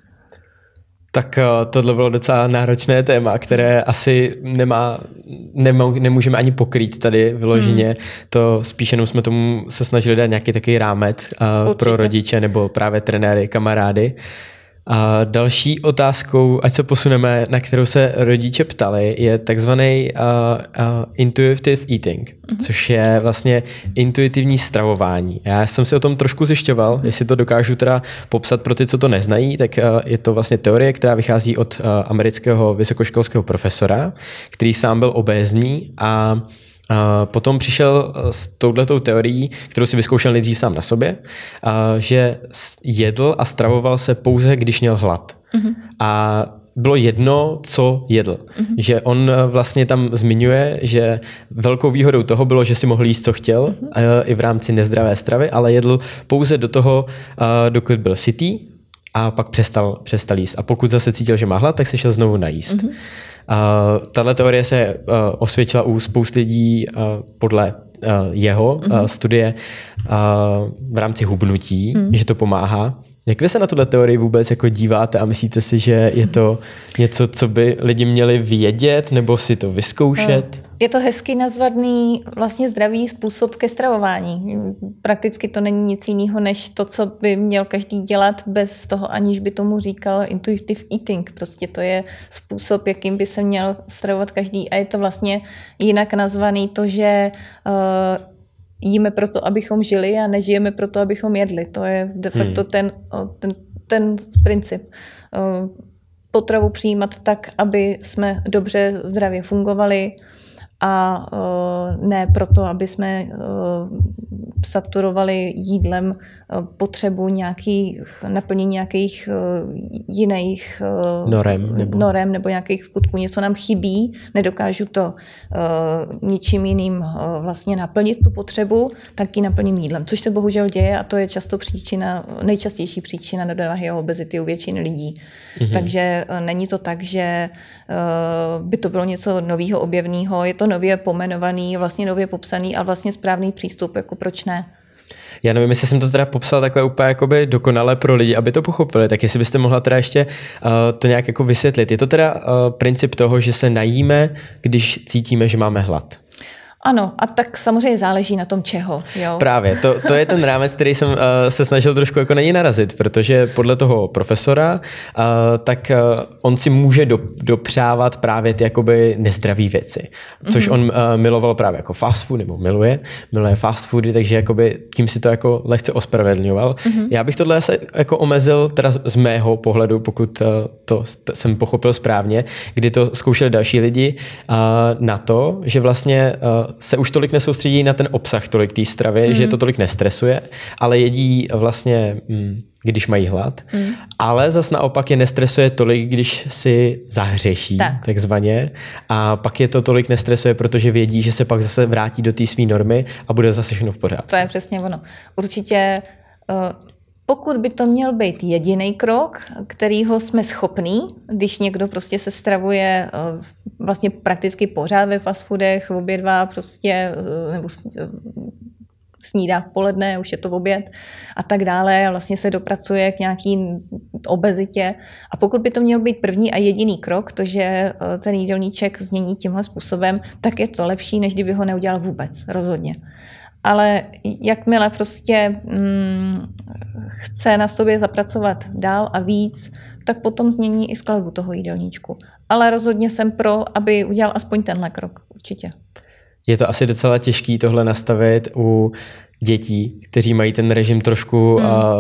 Tak tohle bylo docela náročné téma, které asi nemá, nemá, nemůžeme ani pokrýt tady vyloženě. Hmm. To spíš jenom jsme tomu se snažili dát nějaký takový rámec uh, pro rodiče nebo právě trenéry, kamarády. A další otázkou, ať se posuneme, na kterou se rodiče ptali, je takzvaný uh, uh, intuitive eating, mm-hmm. což je vlastně intuitivní stravování. Já jsem si o tom trošku zjišťoval, mm-hmm. jestli to dokážu teda popsat pro ty, co to neznají, tak uh, je to vlastně teorie, která vychází od uh, amerického vysokoškolského profesora, který sám byl obézní a Uh, potom přišel s touhletou teorií, kterou si vyzkoušel nejdřív sám na sobě, uh, že jedl a stravoval se pouze, když měl hlad. Uh-huh. A bylo jedno, co jedl. Uh-huh. Že on vlastně tam zmiňuje, že velkou výhodou toho bylo, že si mohl jíst, co chtěl, uh-huh. uh, i v rámci nezdravé stravy, ale jedl pouze do toho, uh, dokud byl sytý a pak přestal, přestal jíst. A pokud zase cítil, že má hlad, tak se šel znovu najíst. Uh-huh. Uh, tahle teorie se uh, osvědčila u spousty lidí uh, podle uh, jeho uh, studie uh, v rámci hubnutí, mm. že to pomáhá. Jak vy se na tuhle teorii vůbec jako díváte a myslíte si, že je to něco, co by lidi měli vědět nebo si to vyzkoušet? Je to hezky nazvaný vlastně zdravý způsob ke stravování. Prakticky to není nic jiného, než to, co by měl každý dělat bez toho, aniž by tomu říkal intuitive eating. Prostě to je způsob, jakým by se měl stravovat každý. A je to vlastně jinak nazvaný to, že uh, jíme proto, abychom žili a nežijeme proto, abychom jedli. To je de facto hmm. ten, ten, ten princip. Potravu přijímat tak, aby jsme dobře zdravě fungovali a ne proto, aby jsme saturovali jídlem potřebu nějakých, naplnění nějakých jiných norem nebo... norem nebo nějakých skutků. Něco nám chybí, nedokážu to ničím jiným vlastně naplnit tu potřebu, tak ji naplním jídlem, což se bohužel děje a to je často příčina, nejčastější příčina nadváhy a obezity u většiny lidí. Mm-hmm. Takže není to tak, že by to bylo něco nového, objevného, je to nově pomenovaný, vlastně nově popsaný a vlastně správný přístup, jako proč ne. Já nevím, jestli jsem to teda popsal takhle úplně jakoby dokonale pro lidi, aby to pochopili, tak jestli byste mohla teda ještě uh, to nějak jako vysvětlit. Je to teda uh, princip toho, že se najíme, když cítíme, že máme hlad? Ano, a tak samozřejmě záleží na tom čeho. Jo? Právě, to, to je ten rámec, který jsem uh, se snažil trošku jako na něj narazit, protože podle toho profesora, uh, tak uh, on si může do, dopřávat právě ty jakoby nezdraví věci, což mm-hmm. on uh, miloval právě jako fast food, nebo miluje, miluje fast foody, takže jakoby tím si to jako lehce ospravedlňoval. Mm-hmm. Já bych tohle se jako omezil teda z mého pohledu, pokud uh, to t- jsem pochopil správně, kdy to zkoušeli další lidi uh, na to, že vlastně uh, se už tolik nesoustředí na ten obsah tolik té stravy, mm. že to tolik nestresuje, ale jedí vlastně, když mají hlad, mm. ale zas naopak je nestresuje tolik, když si zahřeší, tak. takzvaně, a pak je to tolik nestresuje, protože vědí, že se pak zase vrátí do té své normy a bude zase všechno v pořádku. To je přesně ono. Určitě uh... pokud by to měl být jediný krok, kterýho jsme schopní, když někdo prostě se stravuje vlastně prakticky pořád ve fast foodech, obědvá prostě, nebo snídá v poledne, už je to oběd a tak dále a vlastně se dopracuje k nějaký obezitě. A pokud by to měl být první a jediný krok, to, že ten jídelníček změní tímhle způsobem, tak je to lepší, než kdyby ho neudělal vůbec, rozhodně. Ale jakmile prostě mm, chce na sobě zapracovat dál a víc, tak potom změní i skladbu toho jídelníčku. Ale rozhodně jsem pro, aby udělal aspoň tenhle krok, určitě. Je to asi docela těžký tohle nastavit u dětí, kteří mají ten režim trošku hmm. uh,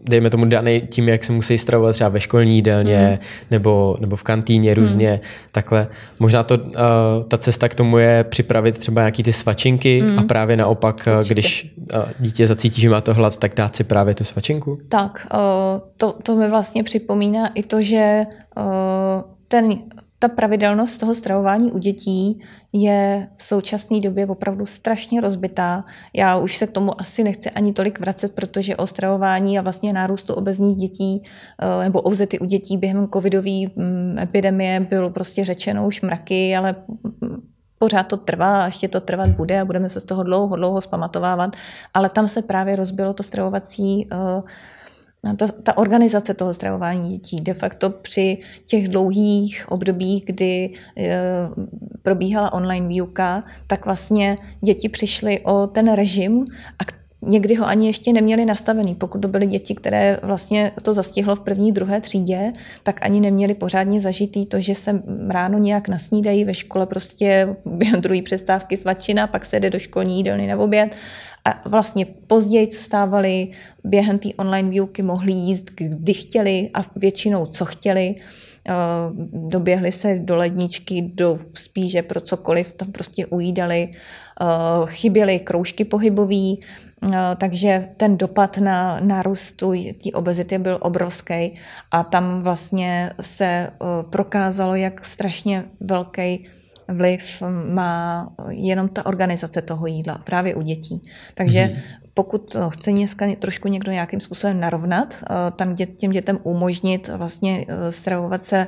dejme tomu daný tím, jak se musí stravovat třeba ve školní jídelně mm. nebo, nebo v kantýně různě, mm. takhle. Možná to, uh, ta cesta k tomu je připravit třeba nějaký ty svačinky mm. a právě naopak, Určitě. když uh, dítě zacítí, že má to hlad, tak dát si právě tu svačinku? Tak, uh, to, to mi vlastně připomíná i to, že uh, ten, ta pravidelnost toho stravování u dětí je v současné době opravdu strašně rozbitá. Já už se k tomu asi nechci ani tolik vracet, protože o stravování a vlastně nárůstu obezních dětí nebo obezity u dětí během covidové epidemie bylo prostě řečeno už mraky, ale pořád to trvá a ještě to trvat bude a budeme se z toho dlouho, dlouho zpamatovávat. Ale tam se právě rozbilo to stravovací Ta, ta organizace toho stravování dětí de facto při těch dlouhých obdobích, kdy e, probíhala online výuka, tak vlastně děti přišly o ten režim a někdy ho ani ještě neměli nastavený. Pokud to byly děti, které vlastně to zastihlo v první, druhé třídě, tak ani neměli pořádně zažitý to, že se ráno nějak nasnídají ve škole prostě během druhé přestávky svačina, pak se jde do školní jídelny na oběd. A vlastně později stávali během té online výuky, mohli jíst, kdy chtěli a většinou co chtěli. Doběhli se do ledničky, do spíže pro cokoliv, tam prostě ujídali. Chyběly kroužky pohybový, takže ten dopad na nárůstu té obezity byl obrovský a tam vlastně se prokázalo, jak strašně velký vliv má jenom ta organizace toho jídla právě u dětí. Takže mm-hmm. pokud chce dneska trošku někdo nějakým způsobem narovnat, tam dě, těm dětem umožnit vlastně stravovat se,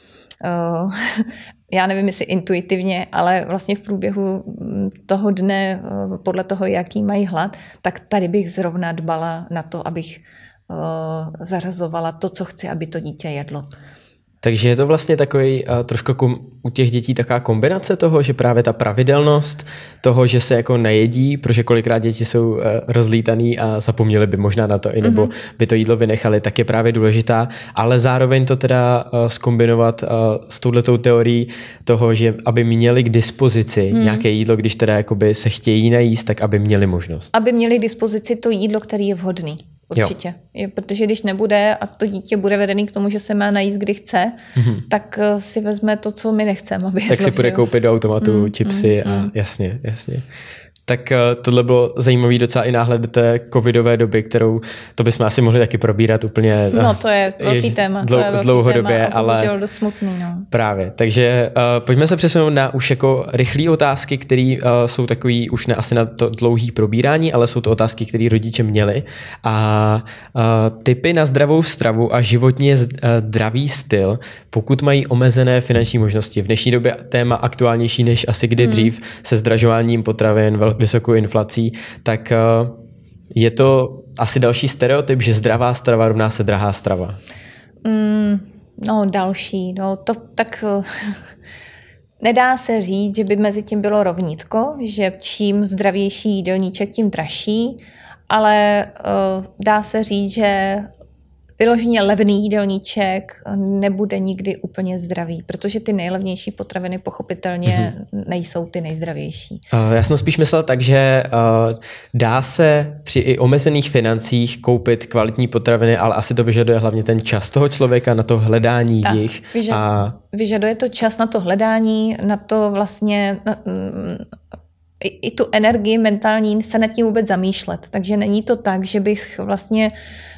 já nevím, jestli intuitivně, ale vlastně v průběhu toho dne, podle toho, jaký mají hlad, tak tady bych zrovna dbala na to, abych zařazovala to, co chci, aby to dítě jedlo. Takže je to vlastně takový uh, trošku kom, u těch dětí taková kombinace toho, že právě ta pravidelnost toho, že se jako nejedí, protože kolikrát děti jsou uh, rozlítaný a zapomněli by možná na to, i nebo mm-hmm. by to jídlo vynechali, tak je právě důležitá, ale zároveň to teda uh, zkombinovat uh, s touhletou teorií toho, že aby měli k dispozici mm. nějaké jídlo, když teda jakoby se chtějí najíst, tak aby měli možnost. Aby měli k dispozici to jídlo, který je vhodný. Určitě. Je, protože když nebude a to dítě bude vedený k tomu, že se má najíst, kdy chce, mm-hmm. tak si vezme to, co my nechceme. Aby tak si půjde koupit do automatu mm, chipsy mm, a mm. jasně, jasně. Tak tohle bylo zajímavý docela i náhled do té covidové doby, kterou to bychom asi mohli taky probírat úplně. No to je velký je téma. Dlou, to je velký dlouhodobě, téma, ale dost smutný, no. Právě. Takže uh, pojďme se přesunout na už jako rychlé otázky, které uh, jsou takový už ne asi na to dlouhý probírání, ale jsou to otázky, které rodiče měli. A uh, tipy na zdravou stravu a životně zdravý styl, pokud mají omezené finanční možnosti. V dnešní době téma aktuálnější než asi kdy hmm. dřív se zdražováním potravin, vysokou inflací, tak je to asi další stereotyp, že zdravá strava rovná se drahá strava. Mm, no další, no to tak nedá se říct, že by mezi tím bylo rovnítko, že čím zdravější jídelníček, tím dražší, ale uh, dá se říct, že vyloženě levný jídelníček nebude nikdy úplně zdravý, protože ty nejlevnější potraviny pochopitelně mm-hmm. nejsou ty nejzdravější. Uh, já jsem spíš myslel tak, že uh, dá se při i omezených financích koupit kvalitní potraviny, ale asi to vyžaduje hlavně ten čas toho člověka na to hledání tak, jich. Vyžaduje, a... vyžaduje to čas na to hledání, na to vlastně... Na, mm, I, i tu energii mentální se nad tím vůbec zamýšlet. Takže není to tak, že bych vlastně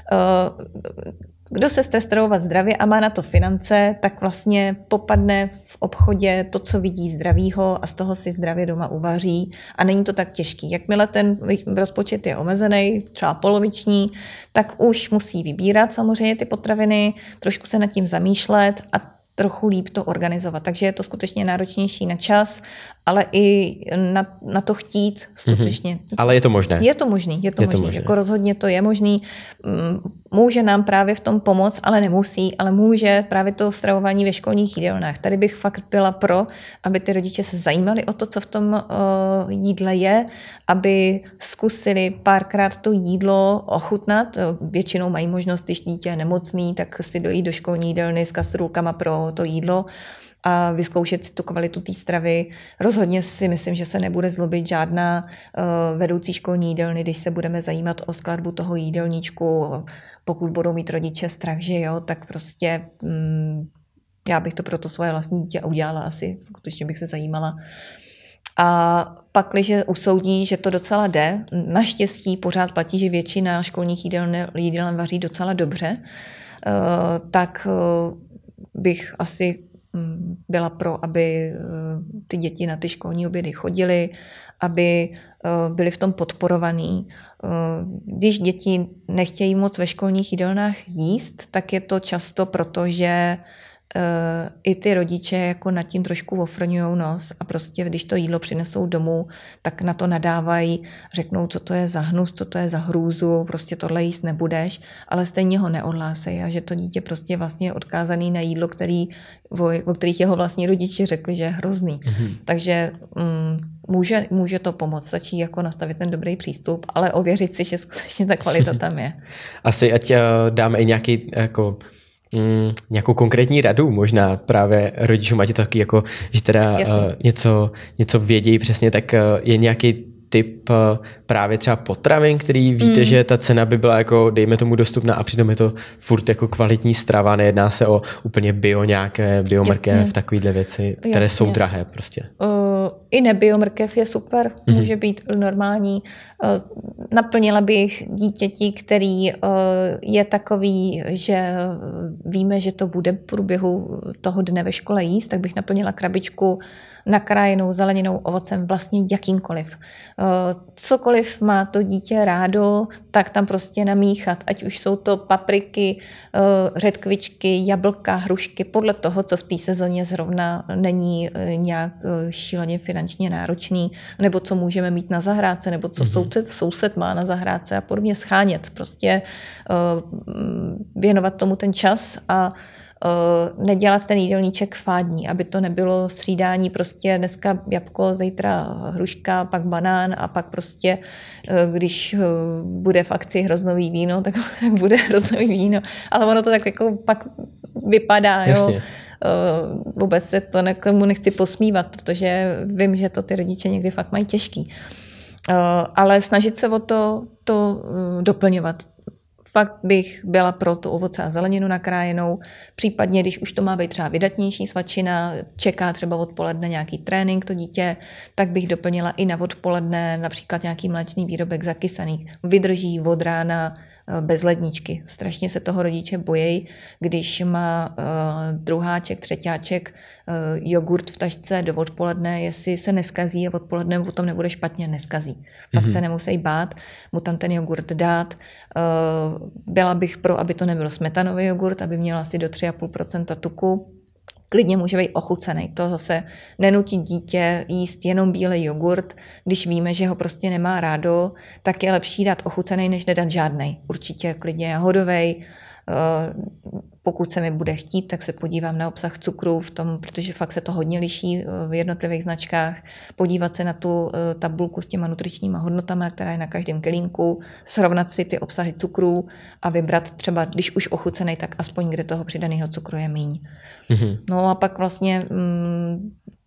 kdo se chce stravovat zdravě a má na to finance, tak vlastně popadne v obchodě to, co vidí zdravýho a z toho si zdravě doma uvaří a není to tak těžký. Jakmile ten rozpočet je omezený, třeba poloviční, tak už musí vybírat samozřejmě ty potraviny, trošku se nad tím zamýšlet a trochu líp to organizovat. Takže je to skutečně náročnější na čas, ale i na, na to chtít skutečně. Mm-hmm. Ale je to možné. Je to možný, je to, je možný. to možné. Jako rozhodně to je možný. Může nám právě v tom pomoct, ale nemusí, ale může právě to stravování ve školních jídelnách. Tady bych fakt byla pro, aby ty rodiče se zajímali o to, co v tom uh, jídle je, aby zkusili párkrát to jídlo ochutnat. Většinou mají možnost, když dítě je nemocný, tak si dojít do školní jídelny s kastrůlkama pro to jídlo. a vyzkoušet si tu kvalitu té stravy. Rozhodně si myslím, že se nebude zlobit žádná uh, vedoucí školní jídelny, když se budeme zajímat o skladbu toho jídelníčku. Pokud budou mít rodiče strach, že jo, tak prostě mm, já bych to pro to svoje vlastní dítě udělala asi, skutečně bych se zajímala. A pak, když usoudí, že to docela jde, naštěstí pořád platí, že většina školních jídeln, jídeln vaří docela dobře, uh, tak uh, bych asi um, byla pro, aby uh, ty děti na ty školní obědy chodily, aby uh, byly v tom podporovaný. Uh, když děti nechtějí moc ve školních jídelnách jíst, tak je to často proto, že Uh, i ty rodiče jako nad tím trošku ofrňujou nos a prostě když to jídlo přinesou domů, tak na to nadávají, řeknou, co to je za hnus, co to je za hrůzu, prostě tohle jíst nebudeš, ale stejně ho neodhlásejí a že to dítě prostě vlastně je odkázaný na jídlo, který, o, o kterých jeho vlastní rodiče řekli, že je hrozný. Mm-hmm. Takže um, může, může to pomoct, stačí jako nastavit ten dobrý přístup, ale ověřit si, že skutečně ta kvalita tam je. Asi ať dáme i nějaký jako Mm, nějakou konkrétní radu možná právě rodičům, ať je to taky jako, že teda uh, něco, něco vědějí přesně, tak uh, je nějaký typ uh, právě třeba potravin, který víte, mm. že ta cena by byla jako, dejme tomu, dostupná a přitom je to furt jako kvalitní strava, nejedná se o úplně bio nějaké, biomrkev, takovýhle věci, které Jasně. jsou drahé prostě. Uh, I nebiomrkev je super, mm-hmm. může být normální. Uh, naplnila bych dítěti, který uh, je takový, že víme, že to bude v průběhu toho dne ve škole jíst, tak bych naplnila krabičku nakrájenou zeleninou, ovocem, vlastně jakýmkoliv. Cokoliv má to dítě rádo, tak tam prostě namíchat. Ať už jsou to papriky, řetkvičky, jablka, hrušky, podle toho, co v té sezóně zrovna není nějak šíleně finančně náročný, nebo co můžeme mít na zahrádce, nebo co mm-hmm. soused, soused má na zahrádce a podobně schánět. Prostě věnovat tomu ten čas a Uh, nedělat ten jídelníček fádní, aby to nebylo střídání prostě dneska jabko, zítra hruška, pak banán a pak prostě, uh, když uh, bude v akci hroznový víno, tak bude hroznový víno. Ale ono to tak jako pak vypadá, jo. Uh, vůbec se to ne, k tomu nechci posmívat, protože vím, že to ty rodiče někdy fakt mají těžký. Uh, ale snažit se o to, to uh, doplňovat. Fakt bych byla pro tu ovoce a zeleninu nakrájenou, případně, když už to má být třeba vydatnější svačina, čeká třeba odpoledne nějaký trénink to dítě, tak bych doplnila i na odpoledne například nějaký mléčný výrobek zakysaný. Vydrží od rána bez ledničky. Strašně se toho rodiče bojí, když má uh, druháček, třetíáček uh, jogurt v tašce do odpoledne, jestli se neskazí a odpoledne mu tam nebude špatně, neskazí. Tak mm-hmm. se nemusí bát, mu tam ten jogurt dát. Uh, byla bych pro, aby to nebyl smetanový jogurt, aby měl asi do tři a půl procenta tuku. Klidně může být ochucený. To zase nenutí dítě jíst jenom bílej jogurt. Když víme, že ho prostě nemá rádo, tak je lepší dát ochucený, než nedat žádnej. Určitě klidně jahodovej. Pokud se mi bude chtít, tak se podívám na obsah cukru v tom, protože fakt se to hodně liší v jednotlivých značkách. Podívat se na tu tabulku s těma nutričníma hodnotama, která je na každém kelímku, srovnat si ty obsahy cukrů a vybrat třeba, když už ochucený, tak aspoň kde toho přidaného cukru je míň. Mm-hmm. No a pak vlastně mm,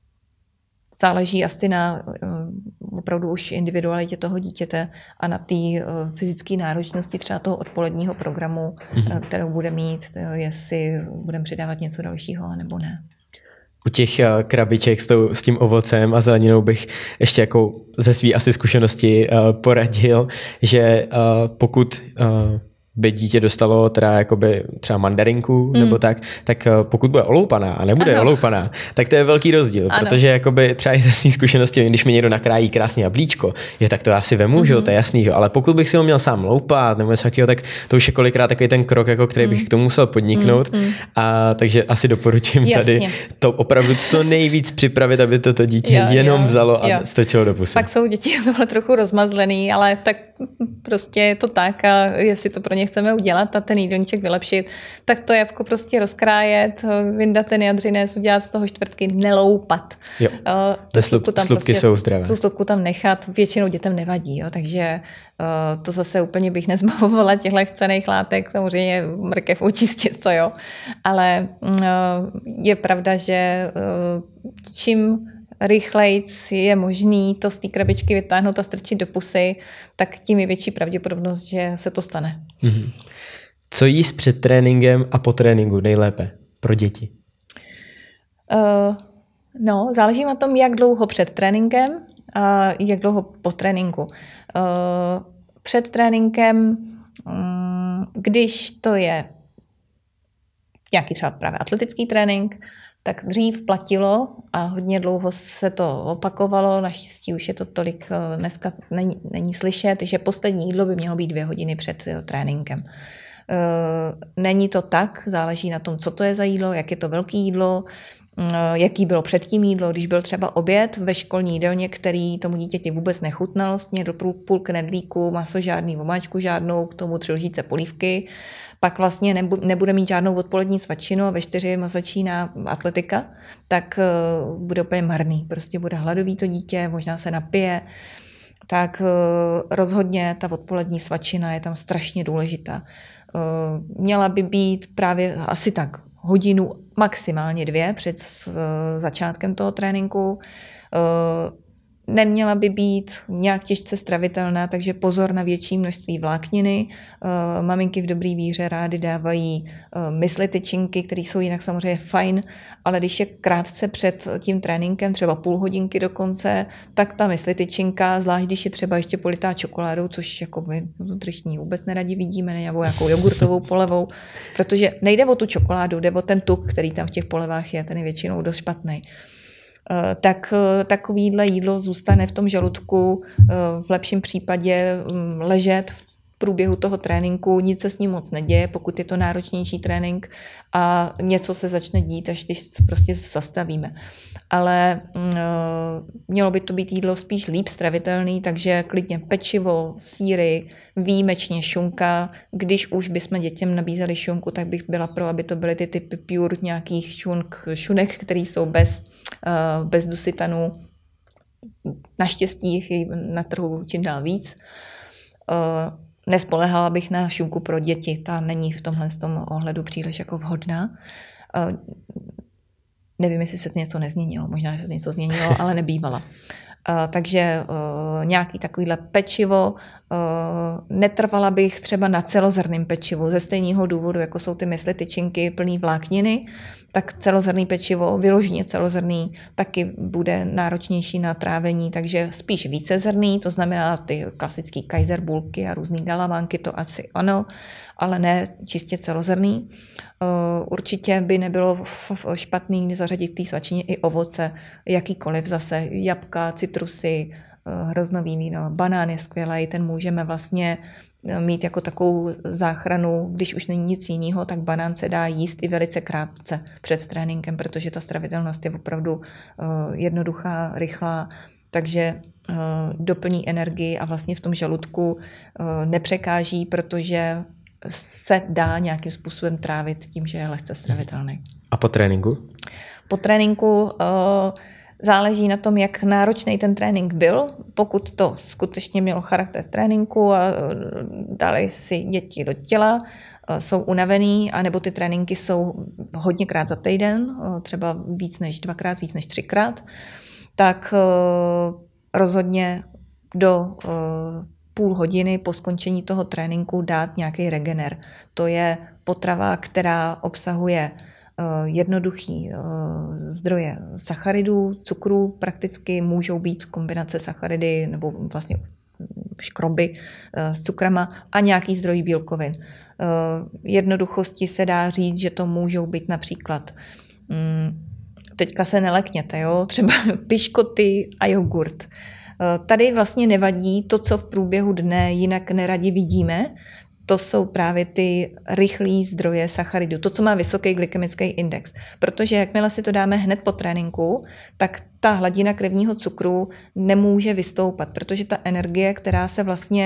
záleží asi na uh, opravdu už individualitě toho dítěte a na té uh, fyzické náročnosti třeba toho odpoledního programu, mm-hmm. uh, kterou bude mít, to, jestli budeme přidávat něco dalšího, nebo ne. U těch uh, krabiček s, tou, s tím ovocem a zeleninou bych ještě jako ze své asi zkušenosti uh, poradil, že uh, pokud uh, by dítě dostalo teda jakoby třeba mandarinku mm. nebo tak, tak pokud bude oloupaná a nebude ano. oloupaná, tak to je velký rozdíl, ano. protože jakoby třeba i ze svým zkušeností, když mi někdo nakrájí krásný jablíčko, je tak to já si vemu, mm-hmm. že to je jasný, ale pokud bych si ho měl sám loupat nebo něco takového, tak to už je kolikrát takový ten krok, jako který mm. bych k tomu musel podniknout mm. a takže asi doporučím Jasně. tady to opravdu co nejvíc připravit, aby to, to dítě jo, jenom jo, vzalo a jo. strčilo do pusy. Pak jsou děti tohle trochu rozmazlený, ale tak prostě je to tak a jestli to pro ně úplně chceme udělat a ten jídelníček vylepšit, tak to jabko prostě rozkrájet, vyndat ten jadřinec, udělat z toho čtvrtky, neloupat. Jo. Uh, slup, tam slupky prostě, jsou zdravé. Tu slupku tam nechat, většinou dětem nevadí, jo, takže uh, to zase úplně bych nezbavovala těchto cenných látek, samozřejmě mrkev očistit to, jo. Ale uh, je pravda, že uh, čím rychlejc je možný to z té krabičky vytáhnout a strčit do pusy, tak tím je větší pravděpodobnost, že se to stane. Mm-hmm. Co jíst před tréninkem a po tréninku nejlépe pro děti? Uh, no, záleží na tom, jak dlouho před tréninkem a jak dlouho po tréninku. Uh, před tréninkem, um, když to je nějaký třeba právě atletický trénink, tak dřív platilo a hodně dlouho se to opakovalo, naštěstí už je to tolik dneska není, není slyšet, že poslední jídlo by mělo být dvě hodiny před tréninkem. Není to tak, záleží na tom, co to je za jídlo, jak je to velké jídlo, jaký bylo předtím jídlo, když byl třeba oběd ve školní jídelně, který tomu dítěti vůbec nechutnal, snědl půl knedlíku, maso žádný, omáčku žádnou, k tomu tři lžíce polívky, pak vlastně nebude mít žádnou odpolední svačinu a ve čtyři začíná atletika, tak bude úplně marný. Prostě bude hladový to dítě, možná se napije. Tak rozhodně ta odpolední svačina je tam strašně důležitá. Měla by být právě asi tak hodinu, maximálně dvě před začátkem toho tréninku. Neměla by být nějak těžce stravitelná, takže pozor na větší množství vlákniny. Maminky v dobrý víře rády dávají mysli tyčinky, které jsou jinak samozřejmě fajn, ale když je krátce před tím tréninkem, třeba půl hodinky dokonce, tak ta mysli tyčinka, zvlášť když je třeba ještě politá čokoládou, což jako my nutriční vůbec neradi vidíme, nebo nějakou jogurtovou polevou, protože nejde o tu čokoládu, jde o ten tuk, který tam v těch polevách je, ten je většinou dost špatný. Tak takovýhle jídlo zůstane v tom žaludku, v lepším případě ležet v průběhu toho tréninku, nic se s ním moc neděje, pokud je to náročnější trénink a něco se začne dít, až když prostě zastavíme. Ale mělo by to být jídlo spíš líp stravitelný, takže klidně pečivo, sýry, výjimečně šunka. Když už bychom dětem nabízeli šunku, tak bych byla pro, aby to byly ty typy pure nějakých šunk, šunek, které jsou bez, bez dusitanů. Naštěstí jich je na trhu čím dál víc. Nespolehala bych na šunku pro děti, ta není v tomhle tom ohledu příliš jako vhodná. Uh, nevím, jestli se něco nezměnilo, možná, že se něco změnilo, ale nebývala. Uh, takže uh, nějaký takovýhle pečivo, uh, netrvala bych třeba na celozrnném pečivu ze stejného důvodu, jako jsou ty mysli tyčinky plný vlákniny, tak celozrnný pečivo, vyloženě celozrnný, taky bude náročnější na trávení, takže spíš vícezrný, to znamená ty klasické Kaiser bulky a různý galavánky, to asi ano, ale ne čistě celozrný. Určitě by nebylo špatný zařadit v té svačině i ovoce, jakýkoliv zase, jabka, citrusy, hroznový víno, banán je skvělý, ten můžeme vlastně mít jako takovou záchranu, když už není nic jiného, tak banán se dá jíst i velice krátce před tréninkem, protože ta stravitelnost je opravdu jednoduchá, rychlá, takže doplní energii a vlastně v tom žaludku nepřekáží, protože se dá nějakým způsobem trávit tím, že je lehce stravitelný. A po tréninku? Po tréninku uh, záleží na tom, jak náročný ten trénink byl. Pokud to skutečně mělo charakter tréninku a dali si děti do těla, uh, jsou unavený, anebo ty tréninky jsou hodněkrát za týden, uh, třeba víc než dvakrát, víc než třikrát, tak uh, rozhodně do uh, půl hodiny po skončení toho tréninku dát nějaký regener. To je potrava, která obsahuje uh, jednoduchý uh, zdroje sacharidů, cukrů, prakticky můžou být kombinace sacharidy nebo vlastně škroby uh, s cukrama a nějaký zdroj bílkovin. Uh, jednoduchosti se dá říct, že to můžou být například um, teďka se nelekněte, jo? Třeba piškoty a jogurt. Tady vlastně nevadí to, co v průběhu dne jinak neradi vidíme, to jsou právě ty rychlý zdroje sacharidu, to, co má vysoký glykemický index. Protože jakmile si to dáme hned po tréninku, tak ta hladina krevního cukru nemůže vystoupat, protože ta energie, která se vlastně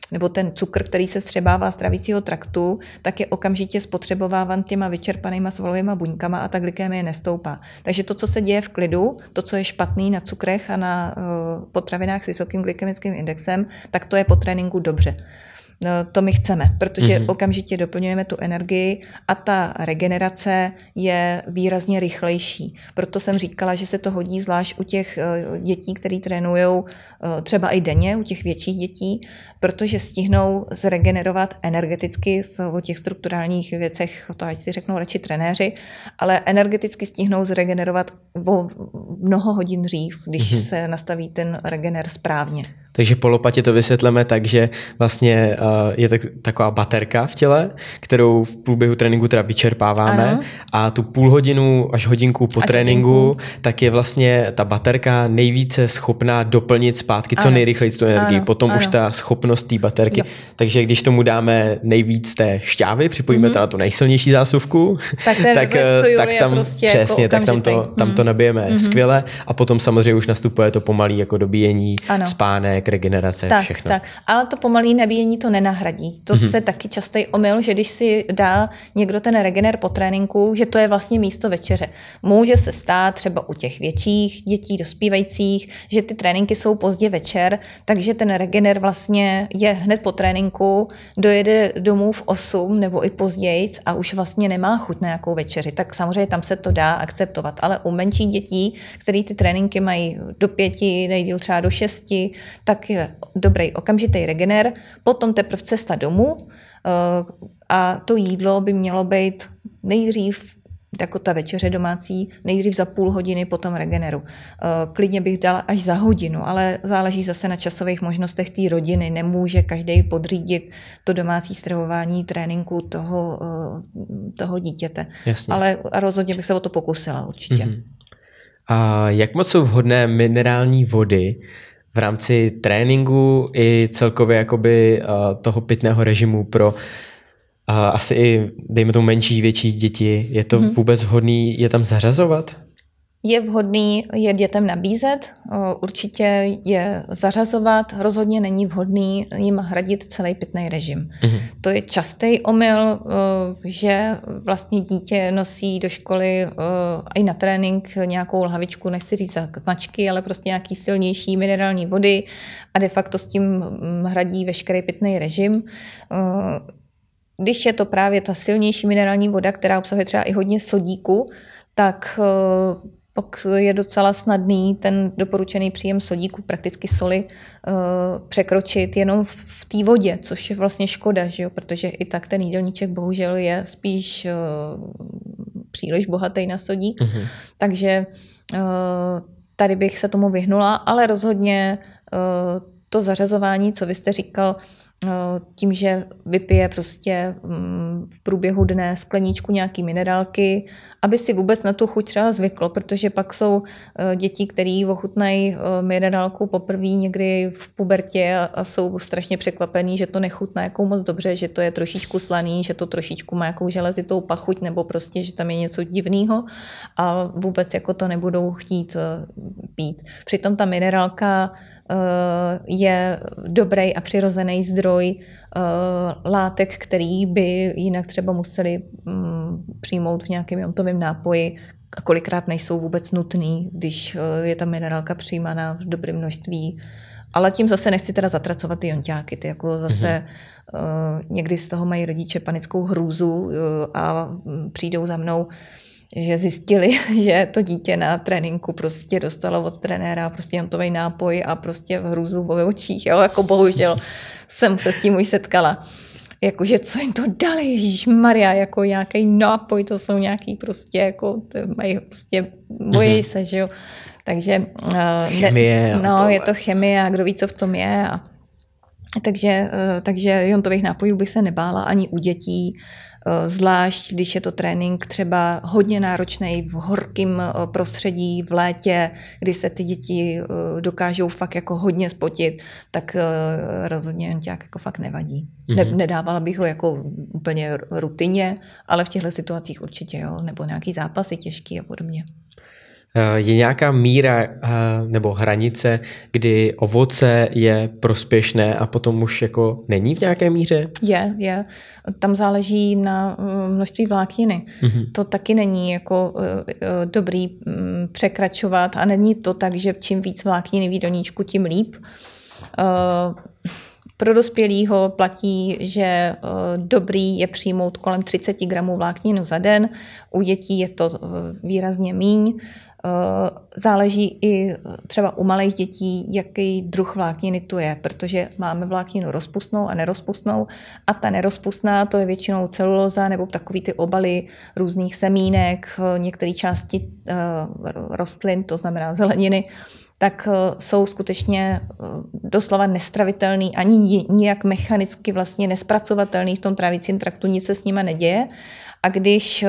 nebo ten cukr, který se vstřebává z travicího traktu, tak je okamžitě spotřebováván těma vyčerpanýma svalovýma buňkama a ta glykémie nestoupá. Takže to, co se děje v klidu, to, co je špatný na cukrech a na uh, potravinách s vysokým glykemickým indexem, tak to je po tréninku dobře. No, to my chceme, protože mm-hmm. okamžitě doplňujeme tu energii a ta regenerace je výrazně rychlejší. Proto jsem říkala, že se to hodí zvlášť u těch dětí, které trénují třeba i denně, u těch větších dětí, protože stihnou zregenerovat energeticky o těch strukturálních věcech, to ať si řeknou radši trenéři, ale energeticky stihnou zregenerovat o mnoho hodin dřív, když mm-hmm. se nastaví ten regener správně. Takže po lopatě to vysvětlíme tak, že vlastně uh, je tak, taková baterka v těle, kterou v průběhu tréninku teda vyčerpáváme ano. a tu půl hodinu až hodinku po až tréninku, hodinku. tak je vlastně ta baterka nejvíce schopná doplnit zpátky co ano. nejrychleji tu energii. Ano. Potom ano. už ta schopnost té baterky. Jo. Takže když tomu dáme nejvíc té šťávy, připojíme mm-hmm. to na tu nejsilnější zásuvku, tak, tak, tak tam prostě přesně, jako tak tam to, tam to nabijeme mm-hmm. skvěle a potom samozřejmě už nastupuje to pomalý jako dobíjení, ano. spánek, regenerace, tak, všechno. Tak, ale to pomalé nabíjení to nenahradí. To mm-hmm. se taky častý omyl, že když si dá někdo ten regener po tréninku, že to je vlastně místo večeře. Může se stát třeba u těch větších dětí, dospívajících, že ty tréninky jsou pozdě večer, takže ten regener vlastně je hned po tréninku, dojede domů v osm nebo i později a už vlastně nemá chuť na nějakou večeři. Tak samozřejmě tam se to dá akceptovat, ale u menších dětí, který ty tréninky mají do pěti, nejdýl třeba do šesti, tak je dobrý okamžitý regener, potom teprve cesta domů a to jídlo by mělo být nejdřív jako ta večeře domácí, nejdřív za půl hodiny, potom regeneru. Klidně bych dala až za hodinu, ale záleží zase na časových možnostech té rodiny. Nemůže každý podřídit to domácí stravování tréninku toho, toho dítěte. Jasně. Ale rozhodně bych se o to pokusila určitě. Mm-hmm. A jak moc jsou vhodné minerální vody v rámci tréninku i celkově jakoby toho pitného režimu pro a asi i, dejme tomu, menší, větší děti? Je to mm-hmm. vůbec vhodný je tam zařazovat? Je vhodný je dětem nabízet, určitě je zařazovat, rozhodně není vhodný jim hradit celý pitný režim. Mm-hmm. To je častý omyl, že vlastně dítě nosí do školy i na trénink nějakou lhavičku, nechci říct značky, ale prostě nějaký silnější minerální vody a de facto s tím hradí veškerý pitný režim. Když je to právě ta silnější minerální voda, která obsahuje třeba i hodně sodíku, tak pak je docela snadný ten doporučený příjem sodíku, prakticky soli, překročit jenom v té vodě, což je vlastně škoda, že jo? Protože i tak ten jídelníček bohužel je spíš příliš bohatý na sodík. Mm-hmm. Takže tady bych se tomu vyhnula, ale rozhodně to zařazování, co vy jste říkal, tím, že vypije prostě v průběhu dne skleničku nějaký minerálky, aby si vůbec na tu chuť třeba zvyklo, protože pak jsou děti, které ochutnají minerálku poprvé někdy v pubertě a jsou strašně překvapený, že to nechutná jako moc dobře, že to je trošičku slaný, že to trošičku má jakou železitou pachuť nebo prostě, že tam je něco divného a vůbec jako to nebudou chtít pít. Přitom ta minerálka je dobrý a přirozený zdroj látek, který by jinak třeba museli přijmout v nějakém jontovém nápoji a kolikrát nejsou vůbec nutný, když je ta minerálka přijímána v dobrém množství. Ale tím zase nechci teda zatracovat ty jonťáky, ty jako zase mm-hmm. někdy z toho mají rodiče panickou hrůzu a přijdou za mnou, že zjistili, že to dítě na tréninku prostě dostalo od trenéra prostě jontový nápoj a prostě v hrůzu ve očích, jo, jako bohužel jsem se s tím už setkala. Jakože co jim to dali, ježišmarja, jako nějaký nápoj, to jsou nějaký prostě, jako mají prostě, bojí se, že jo. Takže chemie, ne, no, je to chemie a kdo ví, co v tom je. A, takže, takže jontových nápojů bych se nebála ani u dětí, zvlášť když je to trénink třeba hodně náročný v horkém prostředí v létě, kdy se ty děti dokážou fakt jako hodně spotit, tak rozhodně jonťák jako fakt nevadí. Mm-hmm. Ne, nedávala bych ho jako úplně rutině, ale v těchto situacích určitě, jo, nebo nějaký zápasy těžký a podobně. Je nějaká míra nebo hranice, kdy ovoce je prospěšné a potom už jako není v nějaké míře? Je, je. Tam záleží na množství vlákniny. Mm-hmm. To taky není jako dobrý překračovat a není to tak, že čím víc vlákniny v jídelníčku, tím líp. Pro dospělého platí, že dobrý je přijmout kolem třicet gramů vlákninu za den. U dětí je to výrazně míň. Záleží i třeba u malých dětí, jaký druh vlákniny to je, protože máme vlákninu rozpustnou a nerozpustnou a ta nerozpustná to je většinou celulóza nebo takový ty obaly různých semínek, některé části rostlin, to znamená zeleniny, tak jsou skutečně doslova nestravitelný, ani nijak mechanicky vlastně nespracovatelný v tom trávicím traktu, nic se s nima neděje. A když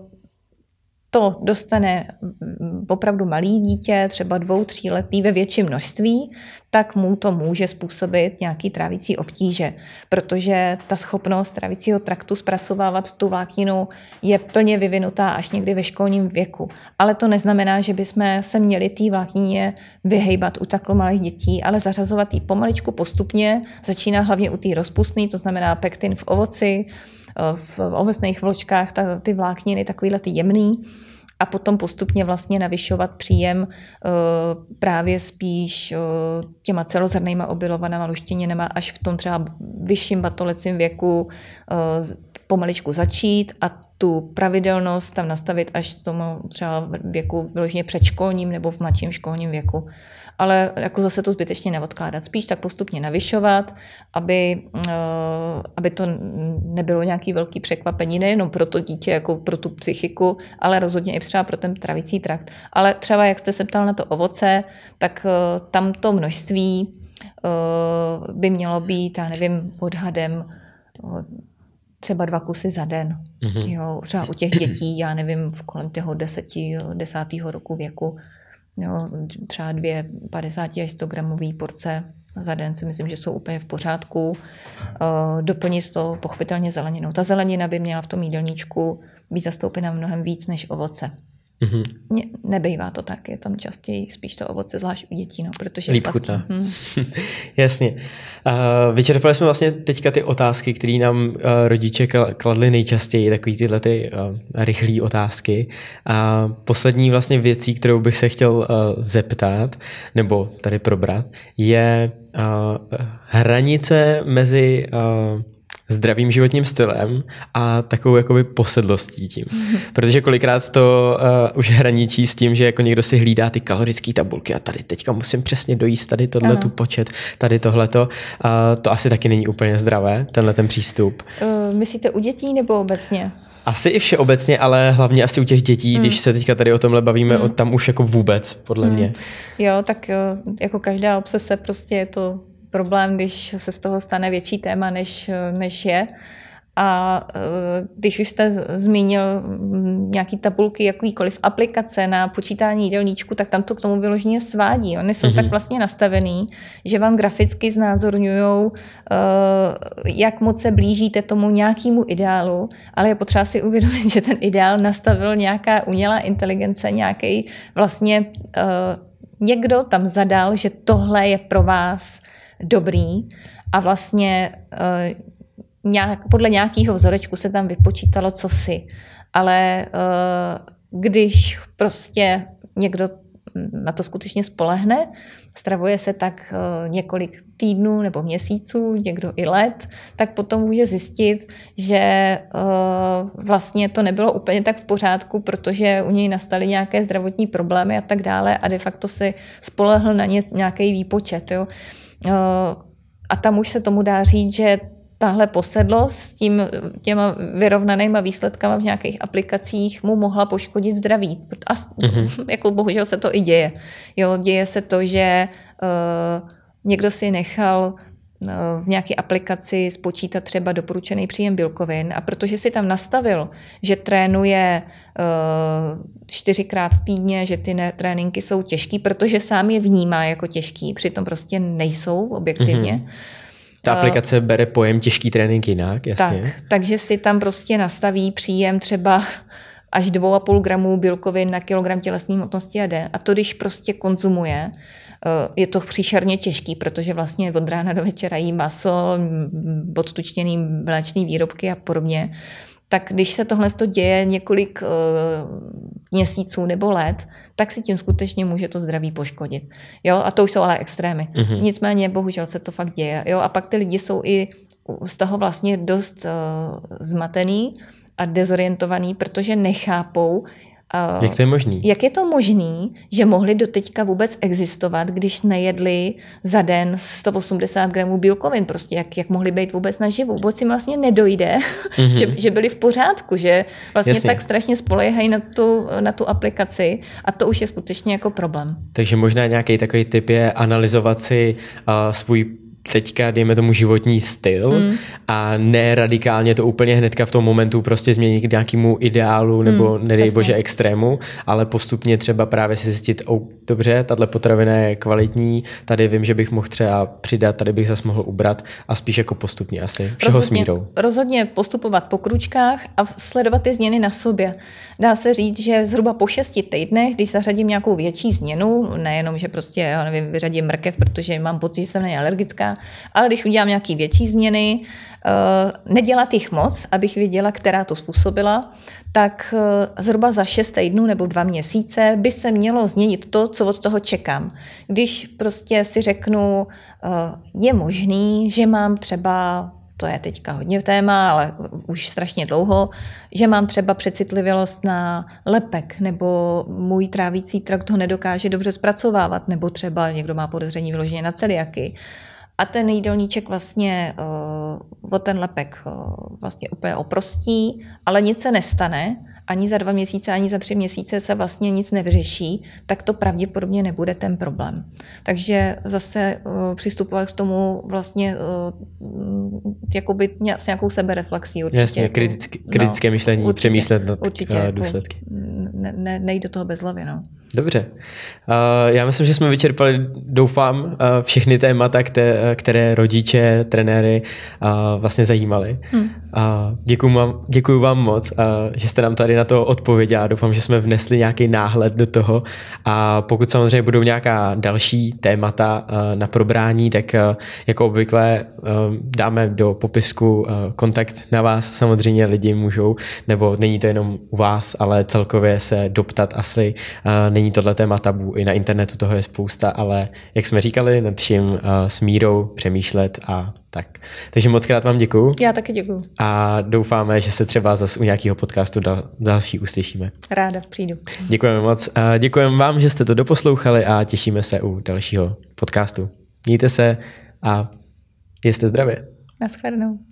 to dostane opravdu malý dítě, třeba dvou, tří letý ve větším množství, tak mu to může způsobit nějaký trávicí obtíže, protože ta schopnost trávicího traktu zpracovávat tu vlákninu je plně vyvinutá až někdy ve školním věku. Ale to neznamená, že bychom se měli té vláknině vyhejbat u takhle malých dětí, ale zařazovat ji pomaličku postupně, začíná hlavně u té rozpustné, to znamená pektin v ovoci, v ovocných vločkách, ta, ty vlákniny, takovýhle ty jemný, a potom postupně vlastně navyšovat příjem uh, právě spíš uh, těma celozrnnýma obilovanama luštěninama až v tom třeba vyšším batolecím věku uh, pomaličku začít a tu pravidelnost tam nastavit až v tom třeba věku vyloženě předškolním nebo v mladším školním věku. Ale jako zase to zbytečně neodkládat. Spíš tak postupně navyšovat, aby, aby to nebylo nějaký velký překvapení, nejenom pro to dítě, jako pro tu psychiku, ale rozhodně i třeba pro ten travicí trakt. Ale třeba, jak jste se ptal na to ovoce, tak tam to množství by mělo být, já nevím, odhadem třeba dva kusy za den. Mm-hmm. Jo, třeba u těch dětí, já nevím, v kolem toho deseti, desátého roku věku, jo, třeba dvě padesát až sto gramový porce za den si myslím, že jsou úplně v pořádku. Doplnit to pochopitelně zeleninou. Ta zelenina by měla v tom jídelníčku být zastoupena mnohem víc než ovoce. Mm-hmm. Ne, nebejvá to tak, je tam častěji spíš to ovoce, zvlášť u dětí, no, protože líp chutná. Hmm. Jasně. Uh, vyčerpali jsme vlastně teďka ty otázky, které nám uh, rodiče kladli nejčastěji, takový tyhle ty uh, rychlé otázky. A poslední vlastně věcí, kterou bych se chtěl uh, zeptat, nebo tady probrat, je uh, hranice mezi uh, zdravým životním stylem a takovou jakoby posedlostí tím. Protože kolikrát to uh, už hraničí s tím, že jako někdo si hlídá ty kalorické tabulky a tady teďka musím přesně dojíst tady tohle tu počet, tady tohleto. Uh, to asi taky není úplně zdravé, tenhle ten přístup. Uh, myslíte u dětí nebo obecně? Asi i všeobecně, ale hlavně asi u těch dětí, hmm. když se teďka tady o tomhle bavíme, hmm. o, tam už jako vůbec, podle hmm. mě. Jo, tak jako každá obsese prostě je to problém, když se z toho stane větší téma, než, než je. A když už jste zmínil nějaký tabulky, jakýkoliv aplikace na počítání jídelníčku, tak tam to k tomu vyloženě svádí. Ony jsou mm-hmm. tak vlastně nastavený, že vám graficky znázorňují, jak moc se blížíte tomu nějakému ideálu, ale je potřeba si uvědomit, že ten ideál nastavil nějaká umělá inteligence, nějaký vlastně někdo tam zadal, že tohle je pro vás dobrý a vlastně uh, nějak, podle nějakého vzorečku se tam vypočítalo cosi. Ale uh, když prostě někdo na to skutečně spolehne, stravuje se tak uh, několik týdnů nebo měsíců, někdo i let, tak potom může zjistit, že uh, vlastně to nebylo úplně tak v pořádku, protože u něj nastaly nějaké zdravotní problémy a tak dále a de facto si spolehl na ně, nějaký výpočet. Jo. A tam už se tomu dá říct, že tahle posedlost s tím, těma vyrovnanýma výsledkama v nějakých aplikacích mu mohla poškodit zdraví. A mm-hmm. jako bohužel se to i děje. Jo, děje se to, že uh, někdo si nechal uh, v nějaké aplikaci spočítat třeba doporučený příjem bílkovin a protože si tam nastavil, že trénuje uh, čtyřikrát týdně, že ty ne- tréninky jsou těžký, protože sám je vnímá jako těžký, přitom prostě nejsou objektivně. Mm-hmm. Ta aplikace uh, bere pojem těžký trénink jinak, jasně. Tak, takže si tam prostě nastaví příjem třeba až dva a půl gramu bílkovin na kilogram tělesné hmotnosti a den. A to, když prostě konzumuje, je to příšerně těžký, protože vlastně od rána do večera jí maso, odtučněný mléčný výrobky a podobně. Tak když se tohle děje několik uh, měsíců nebo let, tak si tím skutečně může to zdraví poškodit. Jo? A to už jsou ale extrémy. Mm-hmm. Nicméně bohužel se to fakt děje. Jo? A pak ty lidi jsou i z toho vlastně dost uh, zmatený a dezorientovaný, protože nechápou, Uh, jak to je možný? Jak je to možný, že mohli doteďka vůbec existovat, když nejedli za den sto osmdesát gramů bílkovin, prostě jak, jak mohli být vůbec naživu. Vůbec jim vlastně nedojde, mm-hmm. že, že byli v pořádku, že vlastně Jasně. tak strašně spoléhají na tu, na tu aplikaci a to už je skutečně jako problém. Takže možná nějaký takový tip je analyzovat si uh, svůj teďka, dejme tomu, životní styl mm. a ne radikálně to úplně hnedka v tom momentu prostě změnit k nějakému ideálu nebo mm, nedej bože extrému, ale postupně třeba právě si zjistit, oh, dobře, tahle potravina je kvalitní, tady vím, že bych mohl třeba přidat, tady bych zase mohl ubrat a spíš jako postupně asi, všeho rozhodně, smírou. Rozhodně postupovat po kručkách a sledovat ty změny na sobě. Dá se říct, že zhruba po šesti týdnech, když zařadím nějakou větší změnu, nejenom, že prostě, já nevím, vyřadím mrkev, protože mám pocit, že jsem na ně alergická, ale když udělám nějaké větší změny, nedělat jich moc, abych věděla, která to způsobila, tak zhruba za šest týdnů nebo dva měsíce by se mělo změnit to, co od toho čekám. Když prostě si řeknu, je možný, že mám třeba, to je teďka hodně téma, ale už strašně dlouho, že mám třeba přecitlivělost na lepek, nebo můj trávící trakt ho nedokáže dobře zpracovávat, nebo třeba někdo má podezření vyloženě na celiaky. A ten jídelníček vlastně uh, o ten lepek uh, vlastně úplně oprostí, ale nic se nestane, ani za dva měsíce, ani za tři měsíce se vlastně nic nevyřeší, tak to pravděpodobně nebude ten problém. Takže zase uh, přistupovat k tomu vlastně uh, jakoby s nějakou sebereflexí určitě. Jasně, jako, kritické, kritické no, myšlení, určitě, přemýšlet nad určitě, uh, důsledky. Ne, ne, nejde do toho bez hlavy, no. Dobře. Uh, já myslím, že jsme vyčerpali, doufám, uh, všechny témata, které, které rodiče, trenéry uh, vlastně zajímaly. Hmm. Uh, děkuju, vám, děkuju vám moc, uh, že jste nám tady na to odpověděla. Doufám, že jsme vnesli nějaký náhled do toho. A pokud samozřejmě budou nějaká další témata uh, na probrání, tak uh, jako obvykle uh, dáme do popisku uh, kontakt na vás. Samozřejmě lidi můžou, nebo není to jenom u vás, ale celkově se doptat asi. Uh, není tohle téma tabu, i na internetu toho je spousta, ale jak jsme říkali, nad čím uh, s mírou přemýšlet a tak. Takže moc krát vám děkuju. Já taky děkuju. A doufáme, že se třeba zase u nějakého podcastu dal, další uslyšíme. Ráda přijdu. Děkujeme moc. Děkujeme vám, že jste to doposlouchali a těšíme se u dalšího podcastu. Mějte se a jste zdravě. Naschledanou.